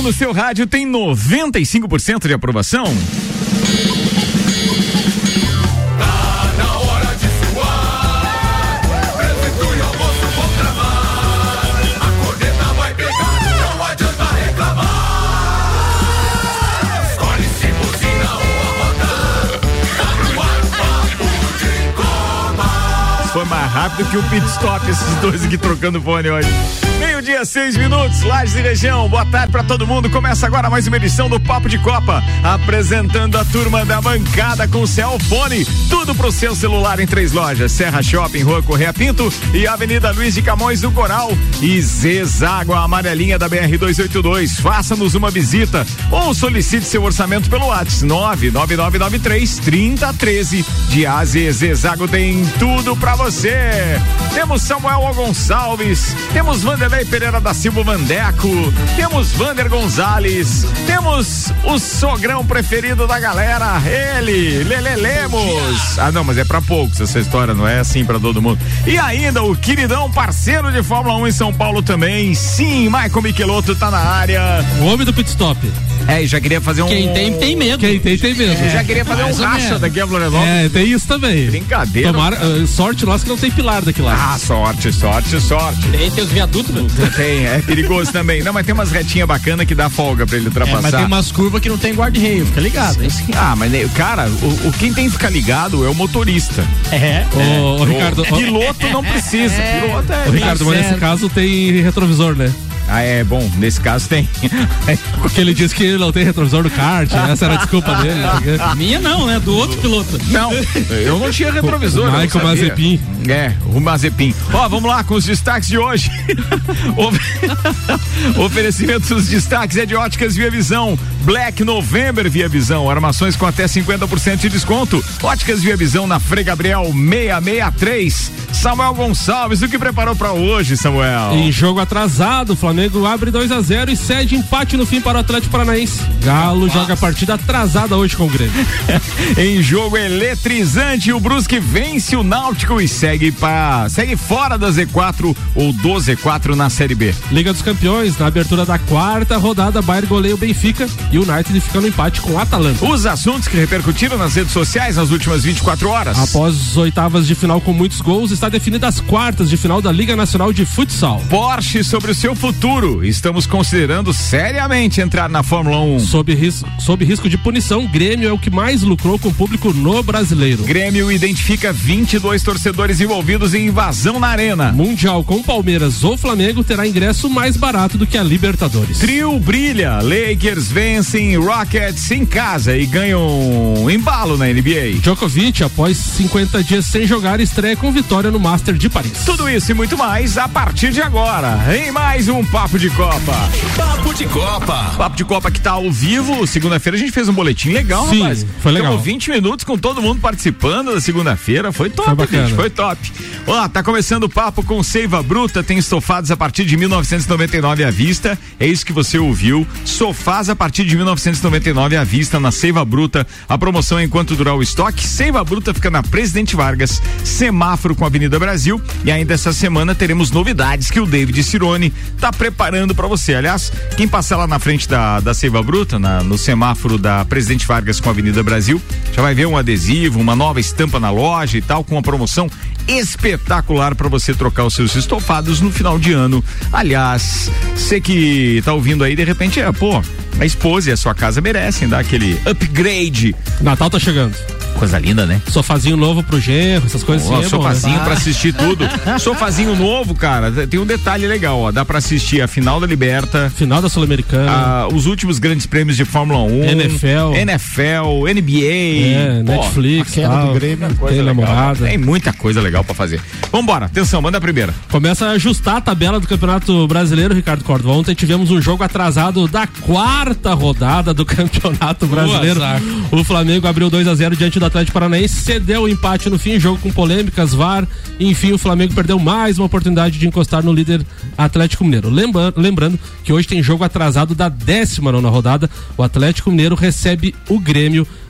no seu rádio tem 95% de aprovação. Foi mais rápido que o pit stop, esses dois aqui trocando fone hoje. Meio-dia, 6 minutos, Lages e região. Boa tarde pra todo mundo. Começa agora mais uma edição do Papo de Copa. Apresentando a turma da bancada com Celfone. Tudo pro seu celular em 3 lojas: Serra Shopping, Rua Correia Pinto e Avenida Luiz de Camões do Coral. E Zezago, a amarelinha da BR-282. Faça-nos uma visita ou solicite seu orçamento pelo WhatsApp 99993-3013. De AZ Zezago tem tudo pra você. Temos Samuel Gonçalves, temos Vanderlei Pereira da Silva Vandeco, temos Vander Gonzalez, temos o sogrão preferido da galera, ele, Lele Lemos. Ah, não, mas é pra poucos essa história, não é assim pra todo mundo. E ainda o queridão parceiro de Fórmula 1 em São Paulo também, sim, Michael Michelotto tá na área. O homem do pit stop. É, e já queria fazer um... Quem tem medo. Quem tem medo. Já queria fazer um racha daqui a Florianópolis. É, tem isso também. Brincadeira. Tomara, sorte nossa que não tem pilar daqui lá. Ah, sorte. Tem os viadutos, né? Tem, é perigoso também. Não, mas tem umas retinhas bacanas que dá folga pra ele ultrapassar. Mas tem umas curvas que não tem guarda-reio, fica ligado, hein? Ah, mas cara, quem tem que ficar ligado é o motorista. Ô, Ricardo. O piloto não precisa. Piloto é. Ô, Ricardo, mas nesse caso tem retrovisor, né? Ah, é bom, nesse caso tem. Porque ele disse que ele não tem retrovisor do kart, essa era a desculpa dele. Minha não, né? Do outro piloto. Não, eu não tinha retrovisor. Michael Mazepin. O Mazepin. Vamos lá com os destaques de hoje. Oferecimento dos destaques é de Óticas Via Visão. Black November Via Visão. Armações com até 50% de desconto. Óticas Via Visão na Frei Gabriel 663. Samuel Gonçalves, o que preparou pra hoje, Samuel? Em jogo atrasado, o Flamengo abre 2-0 e cede empate no fim para o Atlético Paranaense. Galo joga a partida atrasada hoje com o Grêmio. Em jogo eletrizante, o Brusque vence o Náutico e segue fora da Z4 ou do Z4 na Série B. Liga dos Campeões, na abertura da 4ª rodada, Bayern goleia o Benfica e o United fica no empate com o Atalanta. Os assuntos que repercutiram nas redes sociais nas últimas 24 horas. Após as oitavas de final com muitos gols, está definida as quartas de final da Liga Nacional de Futsal. Porsche sobre o seu futuro. Estamos considerando seriamente entrar na Fórmula 1. Sob risco de punição, Grêmio é o que mais lucrou com o público no Brasileiro. Grêmio identifica 22 torcedores envolvidos em invasão na arena. Mundial com Palmeiras ou Flamengo terá ingresso mais barato do que a Libertadores. Trio brilha. Lakers vencem Rockets em casa e ganham embalo na NBA. Djokovic, após 50 dias sem jogar, estreia com vitória no Master de Paris. Tudo isso e muito mais a partir de agora, em mais um Papo de Copa. Papo de Copa. Papo de Copa que tá ao vivo. Segunda-feira a gente fez um boletim legal, sim, rapaz. Foi legal. Ficamos 20 minutos com todo mundo participando da segunda-feira. Foi top, gente. Foi top. Tá começando o papo com Seiva Bruta. Tem estofados a partir de 1999 à vista. É isso que você ouviu. Sofás a partir de 1999 à vista na Seiva Bruta. A promoção é enquanto durar o estoque. Seiva Bruta fica na Presidente Vargas, semáforo com a Avenida Brasil. E ainda essa semana teremos novidades que o David Cirone tá preparando pra você. Aliás, quem passar lá na frente da Seiva Bruta, no semáforo da Presidente Vargas com a Avenida Brasil, já vai ver um adesivo, uma nova estampa na loja e tal, com uma promoção espetacular para você trocar os seus estofados no final de ano. Aliás, você que tá ouvindo aí, de repente, a esposa e a sua casa merecem dar aquele upgrade. Natal tá chegando. Coisa linda, né? Sofazinho novo pro genro, essas coisas assim. Sofazinho pra assistir tudo. Sofazinho novo, cara, tem um detalhe legal, dá pra assistir a final da Liberta, final da Sul-Americana, os últimos grandes prêmios de Fórmula 1, NFL, NBA, Netflix, do Grêmio, tem namorada. Tem muita coisa legal pra fazer. Vambora, atenção, manda a primeira. Começa a ajustar a tabela do Campeonato Brasileiro, Ricardo Córdova. Ontem tivemos um jogo atrasado da 4ª rodada do Campeonato Brasileiro. O Flamengo abriu 2-0 diante do Atlético Paranaense, cedeu o empate no fim, jogo com polêmicas, VAR, enfim, o Flamengo perdeu mais uma oportunidade de encostar no líder Atlético Mineiro. Lembrando que hoje tem jogo atrasado da 19ª rodada, o Atlético Mineiro recebe o Grêmio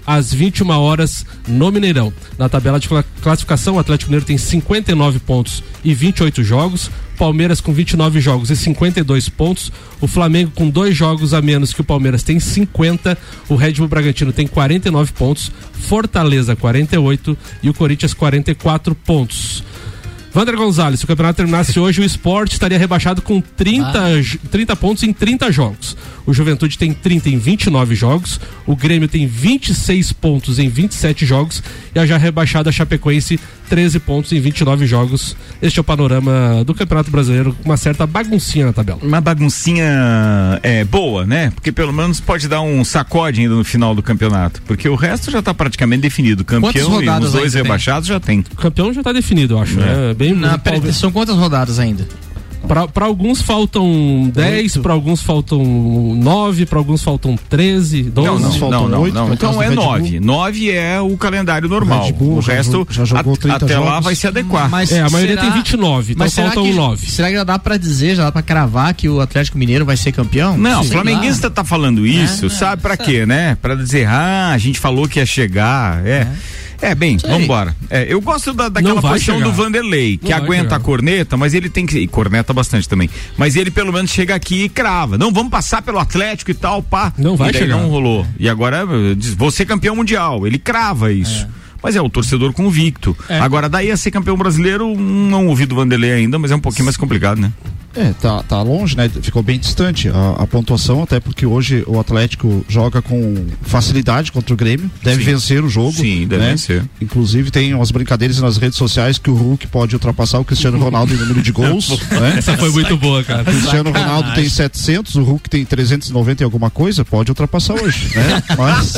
às 21 horas no Mineirão. Na tabela de classificação, o Atlético Mineiro tem 59 pontos e 28 jogos, Palmeiras com 29 jogos e 52 pontos, o Flamengo com 2 jogos a menos que o Palmeiras tem 50, o Red Bull Bragantino tem 49 pontos, Fortaleza 48 e o Corinthians 44 pontos. Wander Gonzalez, se o campeonato terminasse hoje, o Sport estaria rebaixado com 30 pontos em 30 jogos. O Juventude tem 30 em 29 jogos, o Grêmio tem 26 pontos em 27 jogos e a já rebaixada Chapecoense 13 pontos em 29 jogos. Este é o panorama do Campeonato Brasileiro, com uma certa baguncinha na tabela. Uma baguncinha boa, né? Porque pelo menos pode dar um sacode ainda no final do campeonato, porque o resto já está praticamente definido. Campeão e os 2 rebaixados já tem. O campeão já está definido, eu acho. São quantas rodadas ainda? Para alguns faltam 10, para alguns faltam 9, para alguns faltam 13, 12. Não. Então é 9. 9 é o calendário normal. O resto, já jogou 30 até jogos. Lá vai se adequar. Mas a maioria tem 29, então faltam 9. Será que já dá pra dizer, já dá pra cravar que o Atlético Mineiro vai ser campeão? Não, o flamenguista tá falando isso, sabe pra quê, né? Pra dizer, a gente falou que ia chegar, bem, vamos embora. Eu gosto daquela posição do Vanderlei, que aguenta a corneta, mas ele tem que... E corneta bastante também. Mas ele pelo menos chega aqui e crava. Não, vamos passar pelo Atlético e tal, pá. Não vai chegar. Não rolou. E agora, vou ser campeão mundial. Ele crava isso. Mas é o torcedor convicto. Agora, daí a ser campeão brasileiro, não ouvi do Vanderlei ainda, mas é um pouquinho mais complicado, né? Tá longe, né? Ficou bem distante a pontuação, até porque hoje o Atlético joga com facilidade contra o Grêmio, deve vencer o jogo. Sim, deve vencer. Inclusive tem umas brincadeiras nas redes sociais que o Hulk pode ultrapassar o Cristiano Ronaldo em número de gols. Né? Essa foi muito boa, cara. O Cristiano Ronaldo tem 700, o Hulk tem 390 e alguma coisa, pode ultrapassar hoje, né? Mas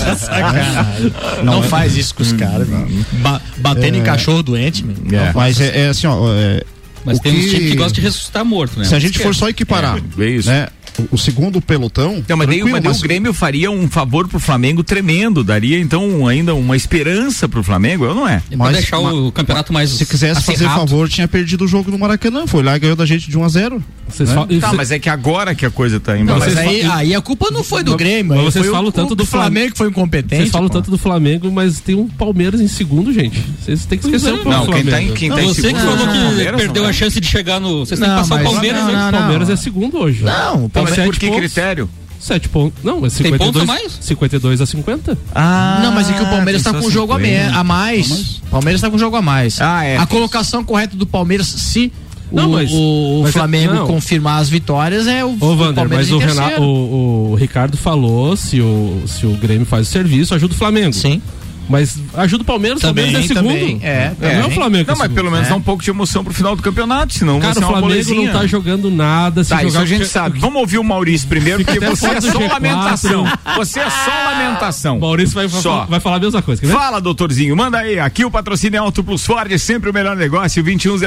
não faz isso com os caras, batendo em cachorro doente, mas é assim, mas tem uns times que gostam de ressuscitar morto, né? Se a gente for só equiparar, né? O segundo pelotão. Não, mas o Grêmio faria um favor pro Flamengo tremendo, daria então ainda uma esperança pro Flamengo, não é? Mas deixar o campeonato mais. Se quisesse fazer favor, tinha perdido o jogo no Maracanã, foi lá e ganhou da gente de 1-0. Né? Mas é que agora que a coisa tá indo. Mas aí a culpa não foi do Grêmio, mas vocês falam tanto do Flamengo que foi incompetente. Vocês falam tanto do Flamengo, mas tem um Palmeiras em segundo, gente. Vocês têm que esquecer um pouco. Quem tá em você que falou que perdeu a chance de chegar no. Vocês têm que passar o Palmeiras. O Palmeiras é segundo hoje. Não, mas por que critério? 7 pontos. Não, mas 52. Tem pontos a mais? 52 a 50. Não, mas é que o Palmeiras tá com um jogo a mais. Palmeiras tá com um jogo a mais. A colocação correta do Palmeiras, se o Flamengo confirmar as vitórias, é o Wander, Palmeiras mas o Ricardo falou, se o Grêmio faz o serviço, ajuda o Flamengo. Sim. Mas ajuda o Palmeiras, também, é segundo. Também. Não é o Flamengo. Não, mas pelo menos dá um pouco de emoção pro final do campeonato, senão cara, você o Flamengo não tá jogando nada. Se jogar isso a gente sabe. Vamos ouvir o Maurício primeiro, porque você é só lamentação. Você é só lamentação. Maurício vai falar a mesma coisa. Fala, doutorzinho, manda aí. Aqui o patrocínio é Auto Plus Ford, sempre o melhor negócio,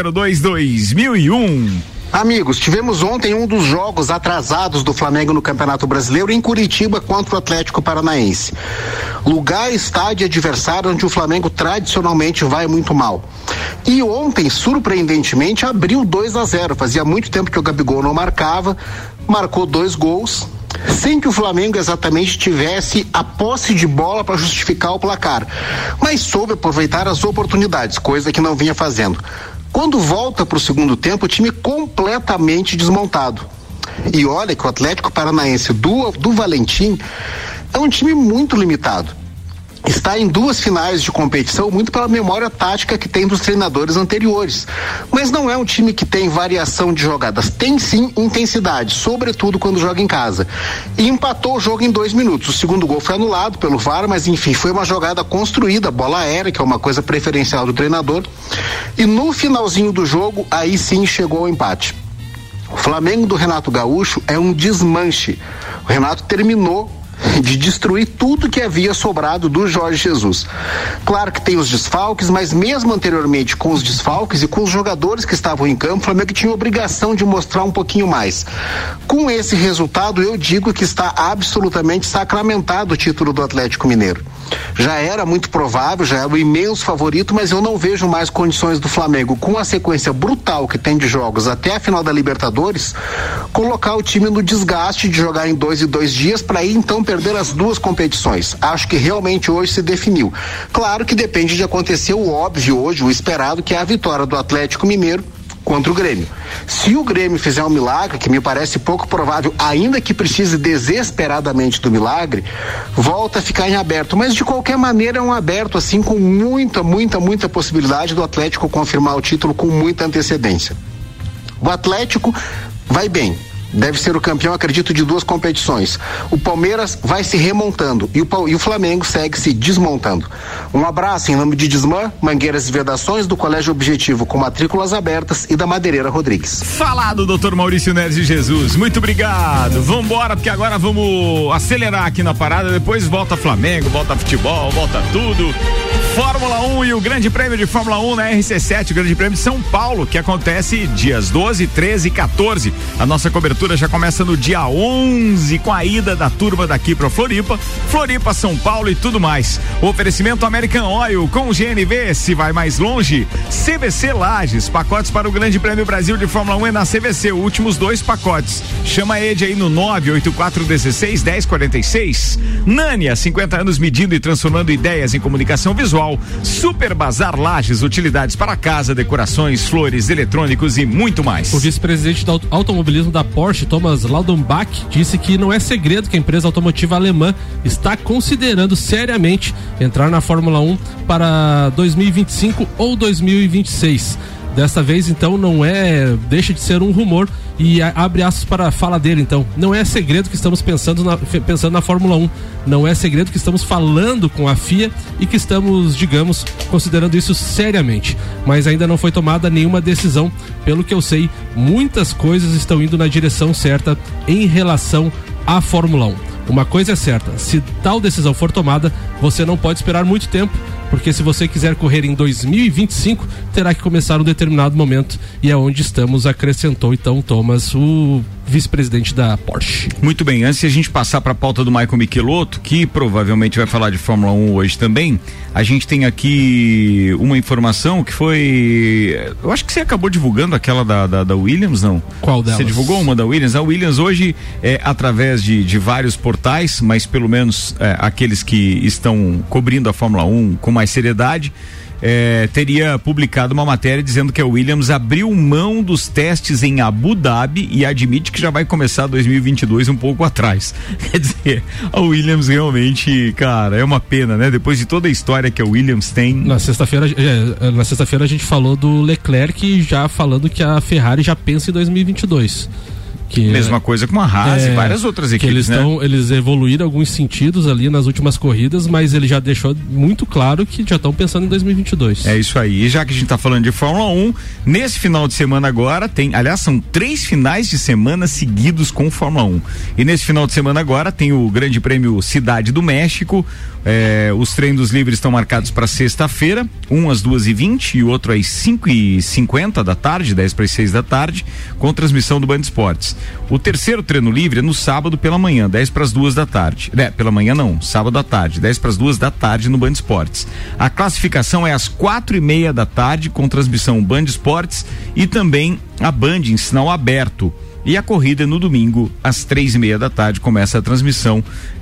2102-2001. Amigos, tivemos ontem um dos jogos atrasados do Flamengo no Campeonato Brasileiro em Curitiba contra o Atlético Paranaense. Lugar, estádio adversário onde o Flamengo tradicionalmente vai muito mal. E ontem, surpreendentemente, abriu 2-0. Fazia muito tempo que o Gabigol não marcava, marcou 2 gols, sem que o Flamengo exatamente tivesse a posse de bola para justificar o placar. Mas soube aproveitar as oportunidades, coisa que não vinha fazendo. Quando volta para o segundo tempo, o time completamente desmontado. E olha que o Atlético Paranaense do Valentim é um time muito limitado. Está em 2 finais de competição, muito pela memória tática que tem dos treinadores anteriores. Mas não é um time que tem variação de jogadas. Tem sim intensidade, sobretudo quando joga em casa. E empatou o jogo em 2 minutos. O segundo gol foi anulado pelo VAR, mas enfim, foi uma jogada construída, bola aérea, que é uma coisa preferencial do treinador. E no finalzinho do jogo, aí sim chegou ao empate. O Flamengo do Renato Gaúcho é um desmanche. O Renato terminou de destruir tudo que havia sobrado do Jorge Jesus. Claro que tem os desfalques, mas mesmo anteriormente com os desfalques e com os jogadores que estavam em campo, o Flamengo tinha obrigação de mostrar um pouquinho mais. Com esse resultado, eu digo que está absolutamente sacramentado o título do Atlético Mineiro. Já era muito provável, já era o imenso favorito, mas eu não vejo mais condições do Flamengo, com a sequência brutal que tem de jogos até a final da Libertadores, colocar o time no desgaste de jogar em 2 dias para ir então perder perder as duas competições. Acho que realmente hoje se definiu. Claro que depende de acontecer o óbvio hoje, o esperado, que é a vitória do Atlético Mineiro contra o Grêmio. Se o Grêmio fizer um milagre, que me parece pouco provável, ainda que precise desesperadamente do milagre, volta a ficar em aberto. Mas de qualquer maneira é um aberto assim com muita possibilidade do Atlético confirmar o título com muita antecedência. O Atlético vai bem. Deve ser o campeão, acredito, de duas competições. O Palmeiras vai se remontando e o Flamengo segue se desmontando. Um abraço em nome de Desmã, Mangueiras e Vedações, do Colégio Objetivo com matrículas abertas e da Madeireira Rodrigues. Falado, doutor Maurício Neres de Jesus. Muito obrigado. Vambora, porque agora vamos acelerar aqui na parada. Depois volta Flamengo, volta futebol, volta tudo. Fórmula 1 e o Grande Prêmio de Fórmula 1 na RC7, o Grande Prêmio de São Paulo, que acontece dias 12, 13 e 14. A nossa cobertura já começa no dia 11 com a ida da turma daqui para Floripa, São Paulo e tudo mais. O oferecimento American Oil com GNV, se vai mais longe. CVC Lages, pacotes para o Grande Prêmio Brasil de Fórmula 1 é na CVC, últimos 2 pacotes. Chama a Ed aí no 984161046. Nânia, 50 anos medindo e transformando ideias em comunicação visual. Super Bazar Lages, utilidades para casa, decorações, flores, eletrônicos e muito mais. O vice-presidente do automobilismo da Porsche, Thomas Laudenbach, disse que não é segredo que a empresa automotiva alemã está considerando seriamente entrar na Fórmula 1 para 2025 ou 2026. Desta vez, então, não deixa de ser um rumor e abre aspas para a fala dele, então. Não é segredo que estamos pensando na Fórmula 1. Não é segredo que estamos falando com a FIA e que estamos, digamos, considerando isso seriamente. Mas ainda não foi tomada nenhuma decisão. Pelo que eu sei, muitas coisas estão indo na direção certa em relação à Fórmula 1. Uma coisa é certa, se tal decisão for tomada, você não pode esperar muito tempo, porque se você quiser correr em 2025, terá que começar um determinado momento, e é onde estamos, acrescentou então Thomas, o vice-presidente da Porsche. Muito bem, antes de a gente passar para a pauta do Michael Michelotto, que provavelmente vai falar de Fórmula 1 hoje também, a gente tem aqui uma informação que foi, eu acho que você acabou divulgando aquela da Williams, não? Qual delas? Você divulgou uma da Williams? A Williams hoje, através de vários portais, mas pelo menos aqueles que estão cobrindo a Fórmula 1 com mais seriedade, teria publicado uma matéria dizendo que a Williams abriu mão dos testes em Abu Dhabi e admite que já vai começar 2022 um pouco atrás. Quer dizer, a Williams realmente, cara, é uma pena, né? Depois de toda a história que a Williams tem. Na sexta-feira a gente falou do Leclerc, já falando que a Ferrari já pensa em 2022. Mesma coisa com a Haas e várias outras equipes, eles evoluíram alguns sentidos ali nas últimas corridas, mas ele já deixou muito claro que já estão pensando em 2022. É isso aí. E já que a gente está falando de Fórmula 1, nesse final de semana agora são 3 finais de semana seguidos com Fórmula 1. E nesse final de semana agora tem o Grande Prêmio Cidade do México. Os treinos livres estão marcados para sexta-feira, um às 2h20 e o outro às 5h50 da tarde, 10 para as 6 da tarde, com transmissão do Band Esportes. O terceiro treino livre é no sábado pela manhã, 10 para as 2 da tarde. Pela manhã não, sábado à tarde, 10 para as 2 da tarde no Band Esportes. A classificação é às 4h30 da tarde, com transmissão Band Esportes e também a Band em sinal aberto. E a corrida no domingo, às 3h30 da tarde, começa a transmissão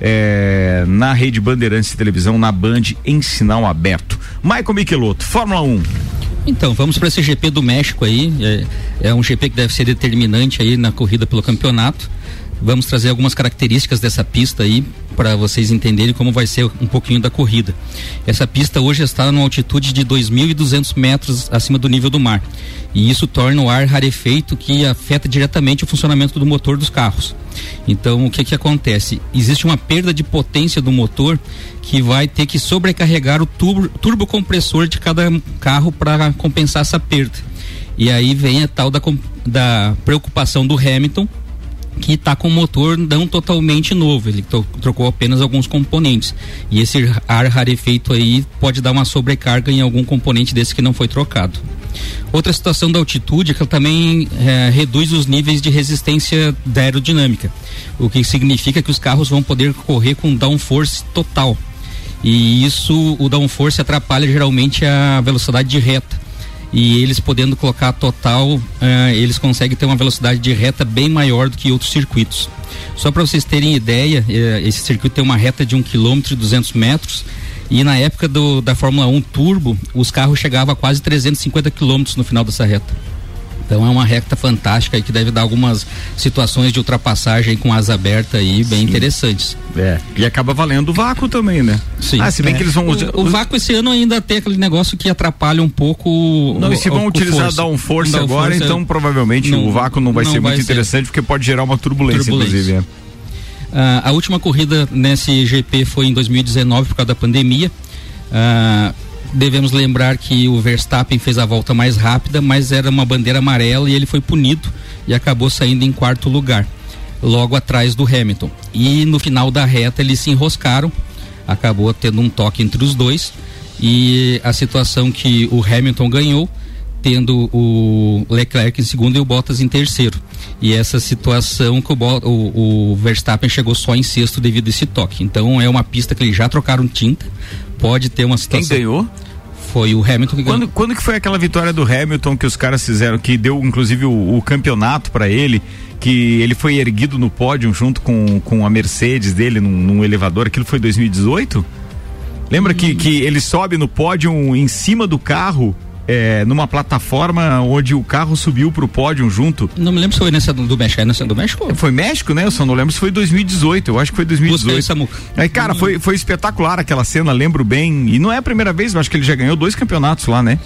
na Rede Bandeirantes de Televisão, na Band em sinal aberto. Michael Michelotto, Fórmula 1. Então, vamos para esse GP do México aí, é um GP que deve ser determinante aí na corrida pelo campeonato. Vamos trazer algumas características dessa pista aí para vocês entenderem como vai ser um pouquinho da corrida. Essa pista hoje está numa altitude de 2.200 metros acima do nível do mar, e isso torna o ar rarefeito, que afeta diretamente o funcionamento do motor dos carros. Então, o que acontece? Existe uma perda de potência do motor que vai ter que sobrecarregar o turbocompressor de cada carro para compensar essa perda. E aí vem a tal da preocupação do Hamilton, que está com o motor não totalmente novo, ele trocou apenas alguns componentes, e esse ar rarefeito aí pode dar uma sobrecarga em algum componente desse que não foi trocado. Outra situação da altitude é que ela também reduz os níveis de resistência da aerodinâmica, o que significa que os carros vão poder correr com downforce total, e o downforce atrapalha geralmente a velocidade de reta. e eles podendo colocar total, eles conseguem ter uma velocidade de reta bem maior do que outros circuitos. Só para vocês terem ideia, esse circuito tem uma reta de 1 km e 200 metros, e na época da Fórmula 1 Turbo, os carros chegavam a quase 350 km no final dessa reta. Então é uma reta fantástica aí que deve dar algumas situações de ultrapassagem com asa aberta aí bem interessantes. E acaba valendo o vácuo também, né? Sim. Se bem que eles vão o vácuo esse ano ainda tem aquele negócio que atrapalha um pouco. Não, e se vão utilizar downforce agora, então provavelmente o vácuo não vai ser muito interessante, porque pode gerar uma turbulência. Inclusive. A última corrida nesse GP foi em 2019 por causa da pandemia. Devemos lembrar que o Verstappen fez a volta mais rápida, mas era uma bandeira amarela e ele foi punido e acabou saindo em 4º lugar, logo atrás do Hamilton. E no final da reta eles se enroscaram, acabou tendo um toque entre os dois, e a situação que o Hamilton ganhou, tendo o Leclerc em 2º e o Bottas em 3º. E essa situação que o Verstappen chegou só em 6º devido a esse toque. Então é uma pista que eles já trocaram tinta, pode ter uma situação. Quem ganhou? Foi o Hamilton que ganhou. Quando que foi aquela vitória do Hamilton que os caras fizeram, que deu inclusive o campeonato para ele, que ele foi erguido no pódio junto com a Mercedes dele num elevador? Aquilo foi 2018? Lembra que ele sobe no pódio em cima do carro, numa plataforma onde o carro subiu pro pódio junto? Não me lembro se foi nessa do México. É nessa do México? Foi México, né? Eu só não lembro se foi 2018. Eu acho que foi 2018. Aí, cara, foi espetacular aquela cena, lembro bem. E não é a primeira vez, eu acho que ele já ganhou 2 campeonatos lá, né?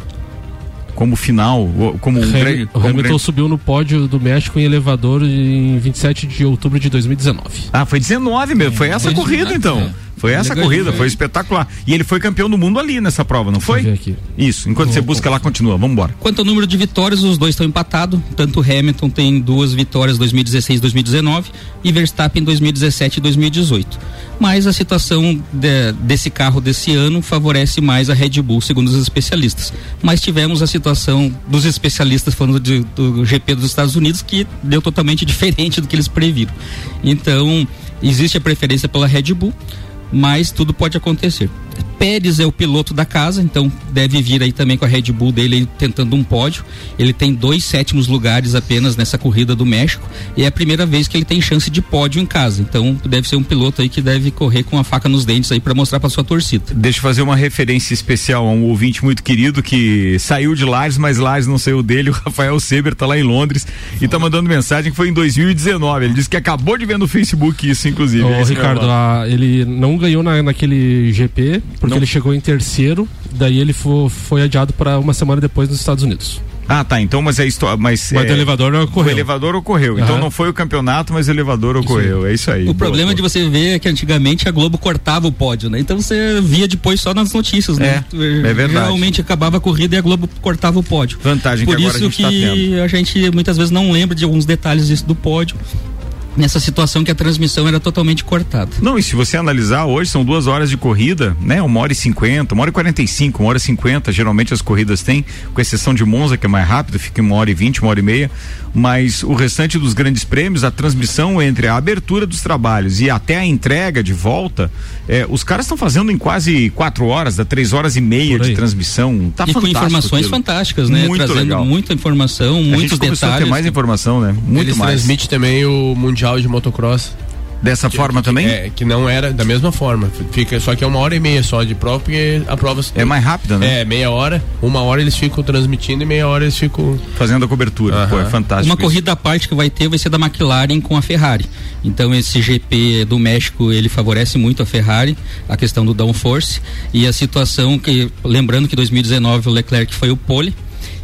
Como final, como o Hamilton subiu no pódio do México em elevador em 27 de outubro de 2019. Foi 19 mesmo, foi essa corrida então. Foi essa corrida, foi espetacular. E ele foi campeão do mundo ali nessa prova, não foi? Aqui. Isso, enquanto você busca lá, continua, vamos embora. Quanto ao número de vitórias, os dois estão empatados. Tanto o Hamilton tem 2 vitórias 2016 e 2019 e Verstappen 2017 e 2018. Mas a situação desse carro desse ano favorece mais a Red Bull, segundo os especialistas. Mas tivemos a situação dos especialistas falando do GP dos Estados Unidos, que deu totalmente diferente do que eles previram. Então, existe a preferência pela Red Bull, mas tudo pode acontecer. Pérez é o piloto da casa, então deve vir aí também com a Red Bull dele tentando um pódio. Ele tem 2 7º lugares apenas nessa corrida do México e é a primeira vez que ele tem chance de pódio em casa. Então deve ser um piloto aí que deve correr com a faca nos dentes aí para mostrar para sua torcida. Deixa eu fazer uma referência especial a um ouvinte muito querido que saiu de Lages, mas Lages não saiu dele. O Rafael Seber tá lá em Londres e tá mandando mensagem que foi em 2019. Ele disse que acabou de ver no Facebook isso, inclusive. Ricardo, ele não ganhou naquele GP porque ele chegou em 3º, daí ele foi adiado para uma semana depois nos Estados Unidos. Tá, então, mas o elevador ocorreu. O elevador ocorreu, então não foi o campeonato, mas o elevador ocorreu, é isso aí. O problema de você ver é que antigamente a Globo cortava o pódio, né? Então você via depois só nas notícias, né? É verdade. Realmente acabava a corrida e a Globo cortava o pódio. Vantagem por que agora isso que a gente muitas vezes não lembra de alguns detalhes disso do pódio, nessa situação que a transmissão era totalmente cortada. Não, e se você analisar hoje, são 2 horas de corrida, né? 1h50, 1h45, 1h50, geralmente as corridas têm, com exceção de Monza, que é mais rápido, fica em 1h20, 1h30, mas o restante dos grandes prêmios, a transmissão entre a abertura dos trabalhos e até a entrega de volta, os caras estão fazendo em quase 4 horas, dá 3h30 de transmissão. Tá e fantástico. Com informações fantásticas, né? Muito trazendo legal. Muita informação, muitos detalhes. A ter mais informação, né? Muito Eles mais. Transmite também o Mundial de Motocross. Dessa forma também? Que não era da mesma forma. Fica, só que é 1h30 só de prova, porque a prova é mais rápida, né? Meia hora, 1 hora eles ficam transmitindo e meia hora eles ficam fazendo a cobertura. Pô, é fantástico. Uma corrida à parte que vai ser da McLaren com a Ferrari. Então esse GP do México, ele favorece muito a Ferrari, a questão do downforce e a situação que, lembrando que 2019 o Leclerc foi o pole,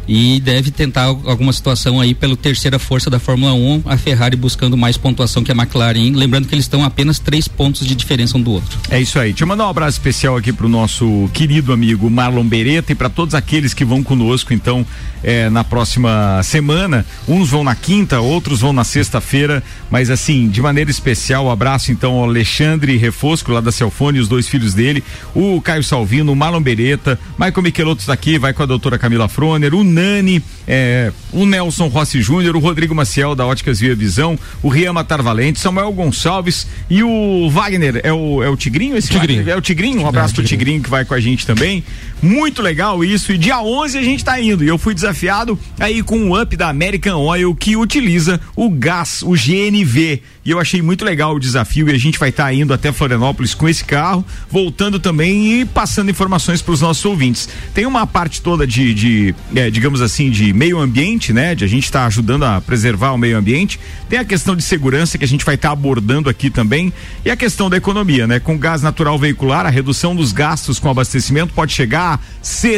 e deve tentar alguma situação aí pela terceira força da Fórmula 1, a Ferrari buscando mais pontuação que a McLaren, lembrando que eles estão a apenas 3 pontos de diferença um do outro. É isso aí. Deixa eu mandar um abraço especial aqui pro nosso querido amigo Marlon Beretta e para todos aqueles que vão conosco então na próxima semana. Uns vão na quinta, outros vão na sexta-feira, mas assim, de maneira especial, um abraço então ao Alexandre Refosco lá da Celfone e os 2 filhos dele, o Caio Salvino, o Marlon Beretta, Michael Michelotto tá aqui, vai com a doutora Camila Froner, o Nani, o Nelson Rossi Júnior, o Rodrigo Maciel da Óticas Via Visão, o Rian Matar Valente, Samuel Gonçalves e o Wagner, é o Tigrinho? Esse Tigrinho. É o Tigrinho, um abraço pro Tigrinho que vai com a gente também. Muito legal isso, e dia 11 a gente tá indo, e eu fui desafiado aí com o up da American Oil, que utiliza o gás, o GNV, e eu achei muito legal o desafio, e a gente vai estar indo até Florianópolis com esse carro, voltando também e passando informações para os nossos ouvintes. Tem uma parte toda digamos assim, de meio ambiente, né? De a gente estar ajudando a preservar o meio ambiente. Tem a questão de segurança que a gente vai estar abordando aqui também, e a questão da economia, né? Com gás natural veicular, a redução dos gastos com abastecimento pode chegar a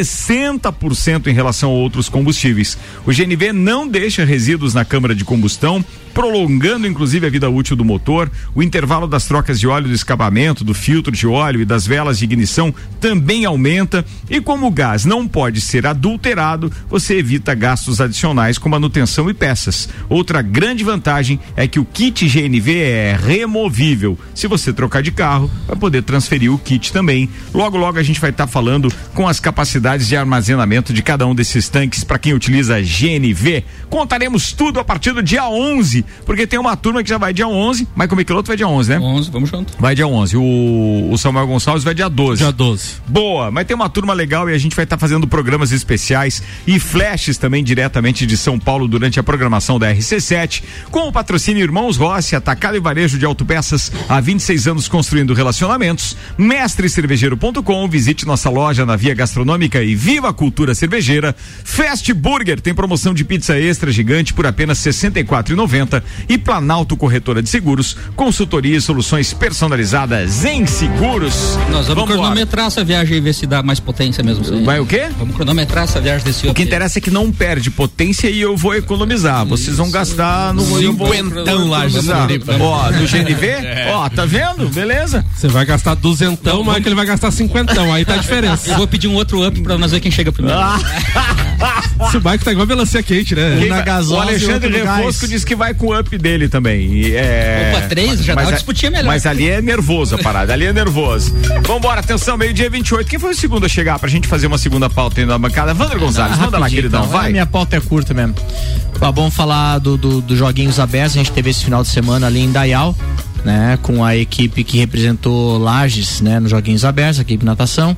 60% em relação a outros combustíveis. O GNV não deixa resíduos na câmara de combustão, prolongando inclusive a vida útil do motor. O intervalo das trocas de óleo do escapamento, do filtro de óleo e das velas de ignição também aumenta, e como o gás não pode ser adulterado, você evita gastos adicionais com manutenção e peças. Outra grande vantagem é que o kit GNV é removível. Se você trocar de carro, vai poder transferir o kit também. Logo a gente vai estar falando com as capacidades de armazenamento de cada um desses tanques para quem utiliza GNV. Contaremos tudo a partir do dia 11, porque tem uma turma que já vai dia 11, Michael Michelotto vai dia 11, né? 11, vamos junto. Vai dia 11, o Samuel Gonçalves vai dia 12. Dia 12. Boa, mas tem uma turma legal e a gente vai estar fazendo programas especiais e flashes também diretamente de São Paulo durante a programação da RC7, com o patrocínio Irmãos Rossi, atacado e varejo de autopeças, há 26 anos construindo relacionamentos. Mestrecervejeiro.com, visite nossa loja na Via Gastronômica e viva a cultura cervejeira. Fast Burger tem promoção de pizza extra gigante por apenas R$ 64,90, e Planalto Corretora de Seguros, consultoria e soluções personalizadas em seguros. Nós vamos cronometrar essa viagem e ver se dá mais potência mesmo. Vai o quê? Vamos cronometrar essa viagem desse O que interessa é que não perde potência e eu vou economizar. Vocês vão gastar no cinquentão lá, do GNV, tá vendo? Beleza. Você vai gastar duzentão, mas que ele vai gastar cinquentão, aí tá a diferença. Eu vou pedir um outro up pra nós ver quem chega primeiro. Esse bike tá igual a melancia quente, né? Na gasosa, o Alexandre Refosco disse que vai com o up dele também. Opa, 3, já dá uma disputinha melhor. Mas ali é nervoso a parada, ali é nervoso. Vambora, atenção, meio-dia 28. Quem foi o segundo a chegar pra gente fazer uma segunda pauta aí na bancada? Wander Gonzalez, manda lá, queridão, vai. Minha pauta é curta mesmo. Vamos falar dos joguinhos abertos. A gente teve esse final de semana ali em Dayal, né? Com a equipe que representou Lages, né? Nos joguinhos abertos, a equipe de natação.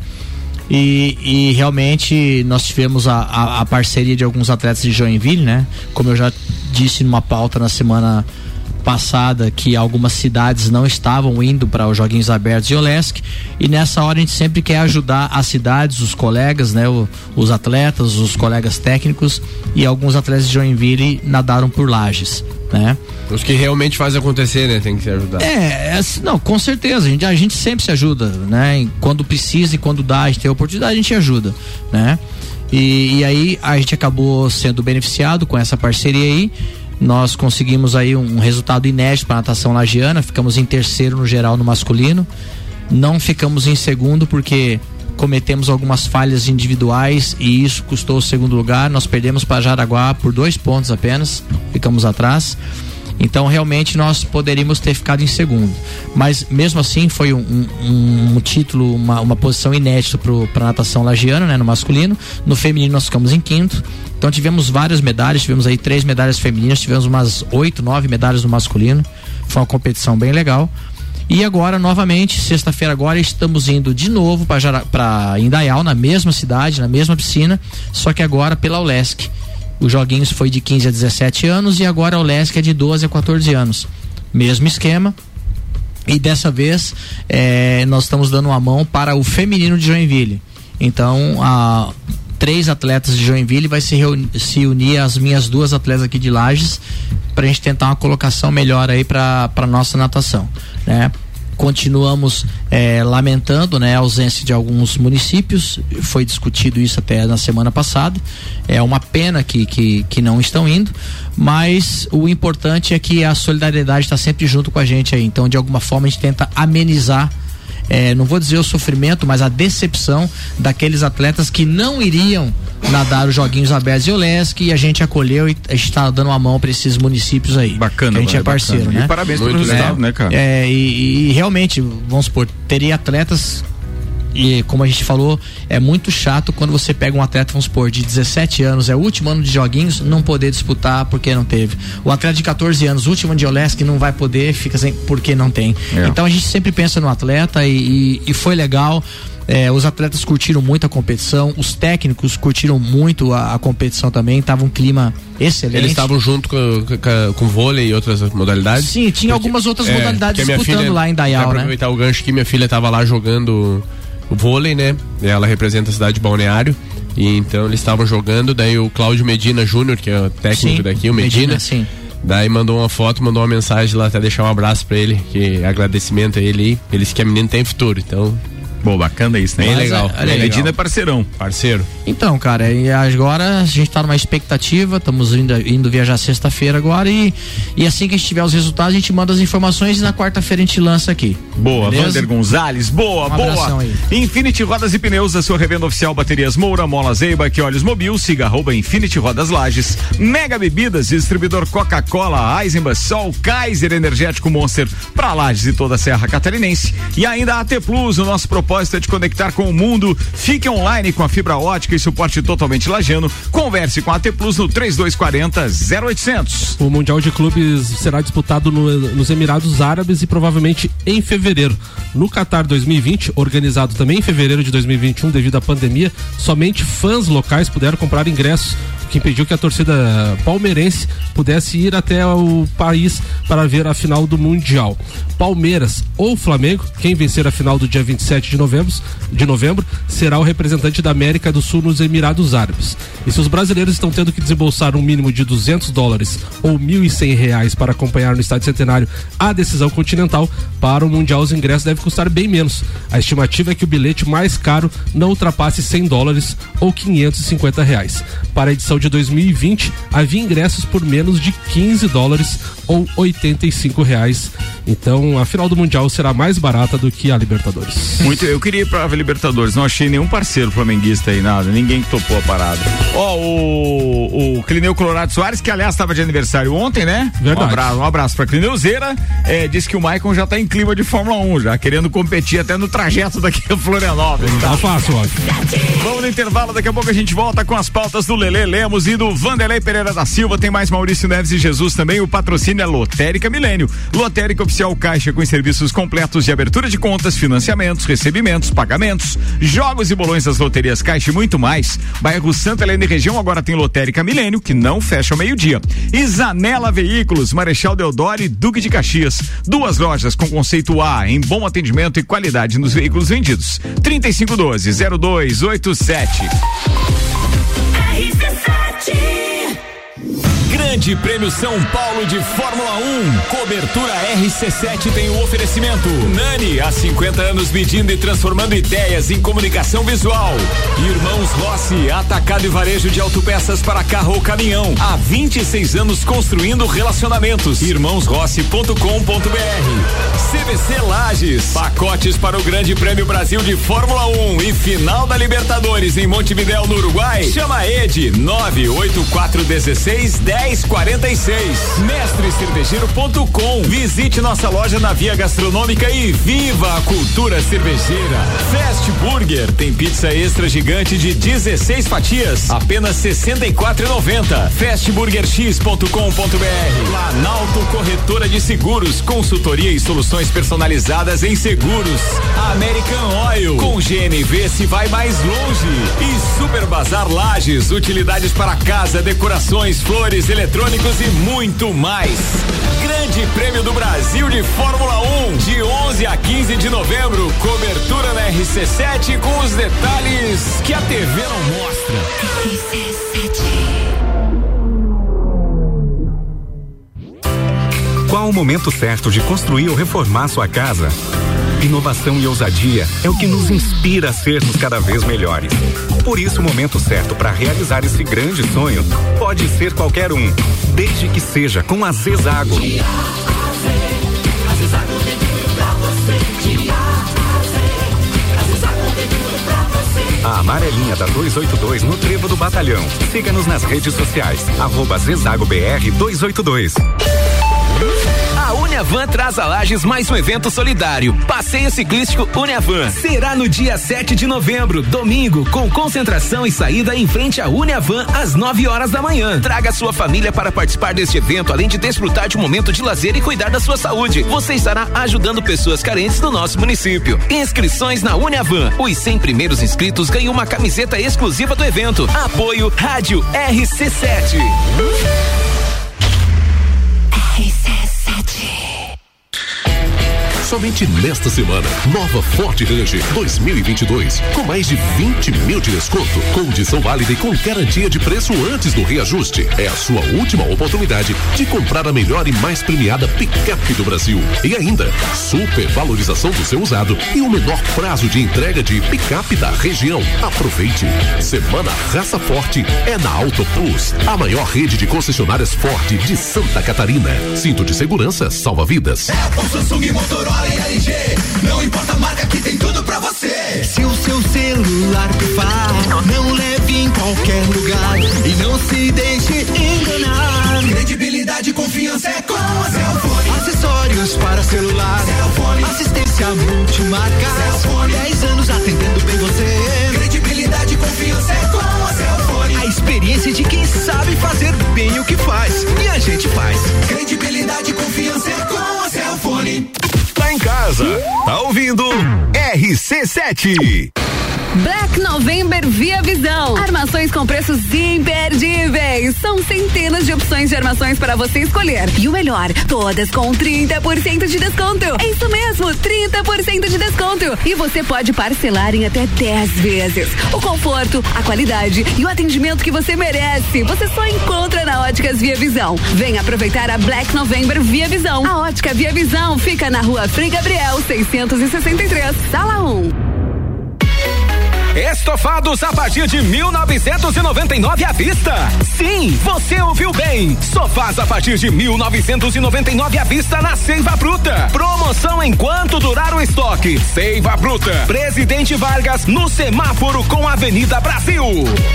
E realmente nós tivemos a parceria de alguns atletas de Joinville, né? Como eu já disse numa pauta na semana passada, que algumas cidades não estavam indo para os Joguinhos Abertos de Olesc, e nessa hora a gente sempre quer ajudar as cidades, os colegas, né? Os atletas, os colegas técnicos, e alguns atletas de Joinville nadaram por Lages, né? Os que realmente fazem acontecer, né? Tem que se ajudar. Não, com certeza, a gente sempre se ajuda, né? Quando precisa e quando dá, a gente tem a oportunidade, a gente ajuda, né? E aí a gente acabou sendo beneficiado com essa parceria aí. Nós conseguimos aí um resultado inédito para a natação lagiana, ficamos em terceiro no geral no masculino, não ficamos em segundo porque cometemos algumas falhas individuais e isso custou o segundo lugar. Nós perdemos para Jaraguá por 2 pontos apenas, ficamos atrás. Então realmente nós poderíamos ter ficado em segundo, mas mesmo assim foi um título, uma posição inédita para a natação lagiana, né, no masculino. No feminino nós ficamos em quinto. Então tivemos várias medalhas, tivemos aí 3 medalhas femininas, tivemos umas 8, 9 medalhas no masculino. Foi uma competição bem legal. E agora, novamente, sexta-feira agora, estamos indo de novo para Indaial, na mesma cidade, na mesma piscina, só que agora pela Olesc. Os joguinhos foi de 15 a 17 anos e agora a Olesc é de 12 a 14 anos. Mesmo esquema. E dessa vez nós estamos dando uma mão para o feminino de Joinville. Então, 3 atletas de Joinville vai se unir às minhas 2 atletas aqui de Lages para a gente tentar uma colocação melhor aí para nossa natação, né? Continuamos lamentando, né, a ausência de alguns municípios. Foi discutido isso até na semana passada. É uma pena que não estão indo, mas o importante é que a solidariedade está sempre junto com a gente aí. Então, de alguma forma, a gente tenta amenizar, não vou dizer o sofrimento, mas a decepção daqueles atletas que não iriam nadar os Joguinhos Abertos de Olesc, e a gente acolheu e a gente está dando uma mão para esses municípios aí. Bacana, a gente é parceiro, bacana. Né? E parabéns pelo resultado, né, cara? E realmente, vamos supor, teria atletas E como a gente falou, é muito chato quando você pega um atleta, vamos supor, de 17 anos, é o último ano de joguinhos, não poder disputar porque não teve. O atleta de 14 anos, último ano de Olesc, não vai poder, fica sem porque não tem. Então a gente sempre pensa no atleta e foi legal. Os atletas curtiram muito a competição, os técnicos curtiram muito a competição também, tava um clima excelente. Eles estavam junto com vôlei e outras modalidades? Sim, tinha algumas outras modalidades disputando lá em Dayal, né? Aproveitar o gancho que minha filha tava lá jogando o vôlei, né? Ela representa a cidade de Balneário. E então eles estavam jogando, daí o Cláudio Medina Júnior, que é o técnico daqui, o Medina, sim. Daí mandou uma foto, mandou uma mensagem lá, até deixar um abraço pra ele, que agradecimento a ele aí. Ele disse que a menina tem futuro, então... Bom, bacana isso, né? Bem legal. Medina é parceirão. Parceiro. Então, cara, e agora a gente tá numa expectativa, estamos indo viajar sexta-feira agora e assim que a gente tiver os resultados, a gente manda as informações e na quarta-feira a gente lança aqui. Boa, Vander Gonzalez, boa. Aí. Infinity Rodas e Pneus, a sua revenda oficial, baterias Moura, Mola Zeiba, que Olhos Mobil, siga @Infinity Rodas Lages, Mega Bebidas, distribuidor Coca-Cola, Eisenbach, Sol, Kaiser Energético Monster, pra Lages e toda a Serra Catarinense. E ainda a AT Plus, o nosso propósito é de conectar com o mundo. Fique online com a fibra ótica e suporte totalmente lagiano. Converse com a AT Plus no 3240-0800. O Mundial de Clubes será disputado nos Emirados Árabes e provavelmente em fevereiro. No Qatar 2020, organizado também em fevereiro de 2021 devido à pandemia, somente fãs locais puderam comprar ingressos, o que impediu que a torcida palmeirense pudesse ir até o país para ver a final do Mundial. Palmeiras ou Flamengo, quem vencer a final do dia 27 de novembro, será o representante da América do Sul nos Emirados Árabes. E se os brasileiros estão tendo que desembolsar um mínimo de $200 ou R$1.100 para acompanhar no Estádio Centenário a decisão continental, para o Mundial os ingressos devem custar bem menos. A estimativa é que o bilhete mais caro não ultrapasse $100 ou R$550. Para a edição de 2020, havia ingressos por menos de $15 ou R$85. Então, a final do Mundial será mais barata do que a Libertadores. Muito, eu queria ir pra Libertadores, não achei nenhum parceiro flamenguista aí, nada, ninguém topou a parada. O Clineu Colorado Soares, que aliás estava de aniversário ontem, né? Verdade. Um abraço pra Clineuzeira, disse que o Maicon já tá em clima de Fórmula 1, já querendo competir até no trajeto daqui a Florianópolis. Tá fácil, ó. Vamos no intervalo, daqui a pouco a gente volta com as pautas do Lelê Lemos e do Vanderlei Pereira da Silva, tem mais Maurício Neves e Jesus também, o patrocínio é Lotérica Milênio, Lotérica Oficial Caixa com serviços completos de abertura de contas, financiamentos, recebimentos, pagamentos, jogos e bolões das loterias Caixa e muito mais. Bairro Santa Helena e região agora tem Lotérica Milênio, que não fecha ao meio-dia. E Zanela Veículos, Marechal Deodoro e Duque de Caxias. 2 lojas com conceito A, em bom atendimento e qualidade nos veículos vendidos. 3512-0287. Grande Prêmio São Paulo de Fórmula 1. Cobertura RC7 tem o oferecimento. Nani, há 50 anos medindo e transformando ideias em comunicação visual. Irmãos Rossi, atacado e varejo de autopeças para carro ou caminhão. Há 26 anos construindo relacionamentos. Irmãosrossi.com.br. CVC Lages, pacotes para o Grande Prêmio Brasil de Fórmula 1 e final da Libertadores em Montevidéu, no Uruguai. Chama a Ed 984161046. Mestrecervejeiro.com. Visite nossa loja na Via Gastronômica e viva a cultura cervejeira. Fast Burger tem pizza extra gigante de 16 fatias, apenas R$64,90. Fastburgerx.com.br. Planalto Corretora de Seguros, consultoria e soluções personalizadas em seguros. American Oil, com GNV se vai mais longe. E Super Bazar Lages, utilidades para casa, decorações, flores, eletrônicos e muito mais. Grande Prêmio do Brasil de Fórmula 1, de 11 a 15 de novembro. Cobertura na RC7 com os detalhes que a TV não mostra. Qual o momento certo de construir ou reformar sua casa? Inovação e ousadia é o que nos inspira a sermos cada vez melhores. Por isso, o momento certo para realizar esse grande sonho pode ser qualquer um, desde que seja com a Zezago. A amarelinha da 282 no Trevo do Batalhão. Siga-nos nas redes sociais, @ZezagoBR282. A Uniavan traz a Lages mais um evento solidário. Passeio ciclístico Uniavan. Será no dia 7 de novembro, domingo, com concentração e saída em frente à Uniavan às 9 horas da manhã. Traga sua família para participar deste evento, além de desfrutar de um momento de lazer e cuidar da sua saúde. Você estará ajudando pessoas carentes do nosso município. Inscrições na Uniavan. Os 100 primeiros inscritos ganham uma camiseta exclusiva do evento. Apoio Rádio RC7. Somente nesta semana, nova Ford Ranger 2022, com mais de 20 mil de desconto, condição válida e com garantia de preço antes do reajuste. É a sua última oportunidade de comprar a melhor e mais premiada picape do Brasil. E ainda, super valorização do seu usado e o menor prazo de entrega de picape da região. Aproveite. Semana Raça Forte é na Auto Plus, a maior rede de concessionárias Ford de Santa Catarina. Cinto de segurança salva vidas. Apple, Samsung, Motorola e LG, não importa a marca, que tem tudo pra você. Se o seu celular pifar, não leve em qualquer lugar e não se deixe enganar. Credibilidade e confiança é com a Cellfone. Acessórios para celular, Cellfone. Assistência multimarca, Cellfone. 10 anos atendendo bem você. Credibilidade e confiança é com a Cellfone. A experiência de quem sabe fazer bem o que faz, e a gente faz. Credibilidade e confiança é com a Cellfone. Tá em casa, tá ouvindo RC7. Black November Via Visão. Armações com preços imperdíveis. São centenas de opções de armações para você escolher. E o melhor, todas com 30% de desconto. É isso mesmo, 30% de desconto. E você pode parcelar em até 10 vezes. O conforto, a qualidade e o atendimento que você merece, você só encontra na Óticas Via Visão. Venha aproveitar a Black November Via Visão. A Ótica Via Visão fica na Rua Frei Gabriel 663, Sala 1. Estofados a partir de 1999 à vista. Sim, você ouviu bem. Sofás a partir de 1999 à vista na Seiva Bruta. Promoção enquanto durar o estoque. Seiva Bruta, Presidente Vargas, no semáforo com a Avenida Brasil.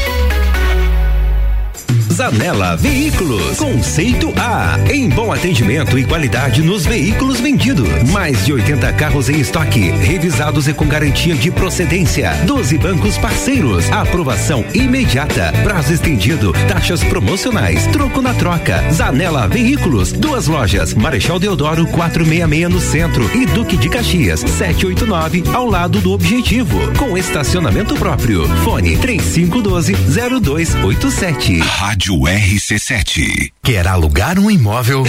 Zanela Veículos, conceito A, em bom atendimento e qualidade nos veículos vendidos. Mais de 80 carros em estoque, revisados e com garantia de procedência. 12 bancos parceiros, aprovação imediata, prazo estendido, taxas promocionais, troco na troca. Zanela Veículos, 2 lojas, Marechal Deodoro 466 no centro e Duque de Caxias 789 ao lado do Objetivo, com estacionamento próprio. Fone 3512-0287. Rádio RC7. Quer alugar um imóvel?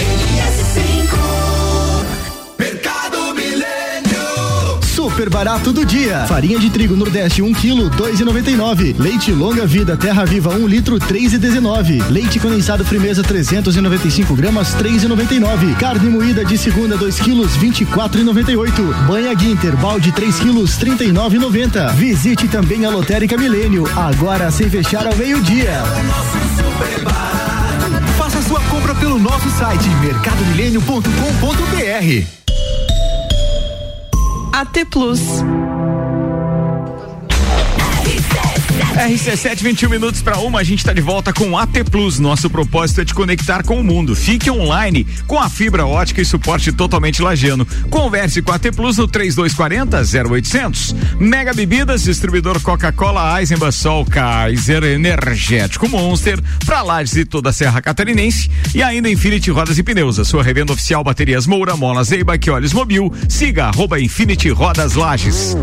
Mercado Milênio. Super barato do dia. Farinha de trigo Nordeste 1 kg, 2,99. Leite Longa Vida Terra Viva 1 litro, 3,19. Leite condensado Frimeza 395 gramas, 3,99. Carne moída de segunda 2 kg, 24,98. Banha Guinter balde 3 kg, 39,90. Visite também a Lotérica Milênio, agora sem fechar ao meio-dia. Faça sua compra pelo nosso site mercadomilênio.com.br. AT Plus. RC7, 21 minutos para 1, a gente está de volta com AT Plus. Nosso propósito é te conectar com o mundo. Fique online com a fibra ótica e suporte totalmente lagiano. Converse com a AT Plus no 3240-0800. Mega Bebidas, distribuidor Coca-Cola, Eisenbahn, Sol, Kaiser, Energético Monster, para Lages e toda a Serra Catarinense. E ainda Infinity Rodas e Pneus, a sua revenda oficial Baterias Moura, Mola, Zeiba, que Olhos Mobil. Siga @Infinity Rodas Lages.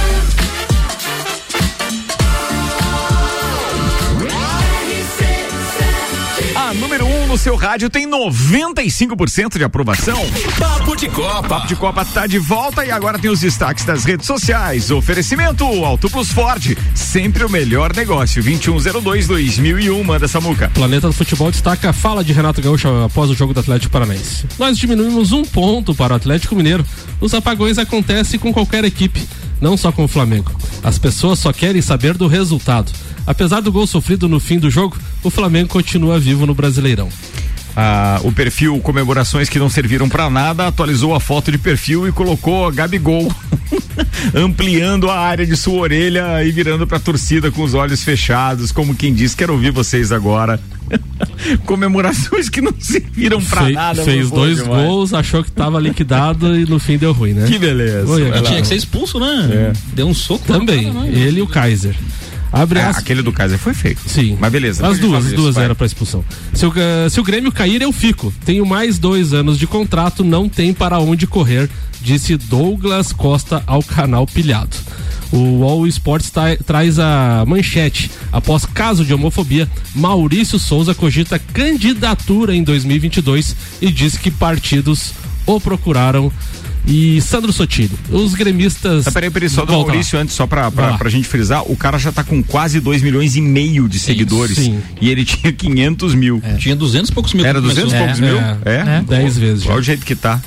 Número 1 no seu rádio tem 95% de aprovação. Papo de Copa. Papo de Copa tá de volta e agora tem os destaques das redes sociais. Oferecimento Auto Plus Ford, sempre o melhor negócio. 2102-2001, manda Samuca. Planeta do Futebol destaca a fala de Renato Gaúcho após o jogo do Atlético Paranaense. Nós diminuímos 1 ponto para o Atlético Mineiro. Os apagões acontecem com qualquer equipe, não só com o Flamengo. As pessoas só querem saber do resultado. Apesar do gol sofrido no fim do jogo, o Flamengo continua vivo no Brasileirão. O perfil Comemorações que não serviram pra nada atualizou a foto de perfil e colocou Gabigol ampliando a área de sua orelha e virando pra torcida com os olhos fechados, como quem diz, quero ouvir vocês agora. Comemorações que não serviram pra nada. Fez 2 gols, achou que tava liquidado e no fim deu ruim, né? Que beleza. Tinha que ser expulso, né? Deu um soco. Também, ele e o Kaiser. Aquele do Kaiser foi feito. Sim. Mas beleza. As duas eram pra expulsão. Se o Grêmio cair, eu fico. Tenho mais 2 anos de contrato, não tem para onde correr, disse Douglas Costa ao canal Pilhado. O All Sports traz a manchete. Após caso de homofobia, Maurício Souza cogita candidatura em 2022 e diz que partidos o procuraram. E Sandro Sotile, os gremistas. Peraí, só do Maurício antes, só pra gente frisar, o cara já tá com quase 2,5 milhões de seguidores. Sim. E ele tinha 500 mil. Tinha 200 e poucos mil. Era 200 e poucos mil? 10 vezes. Olha o jeito que tá.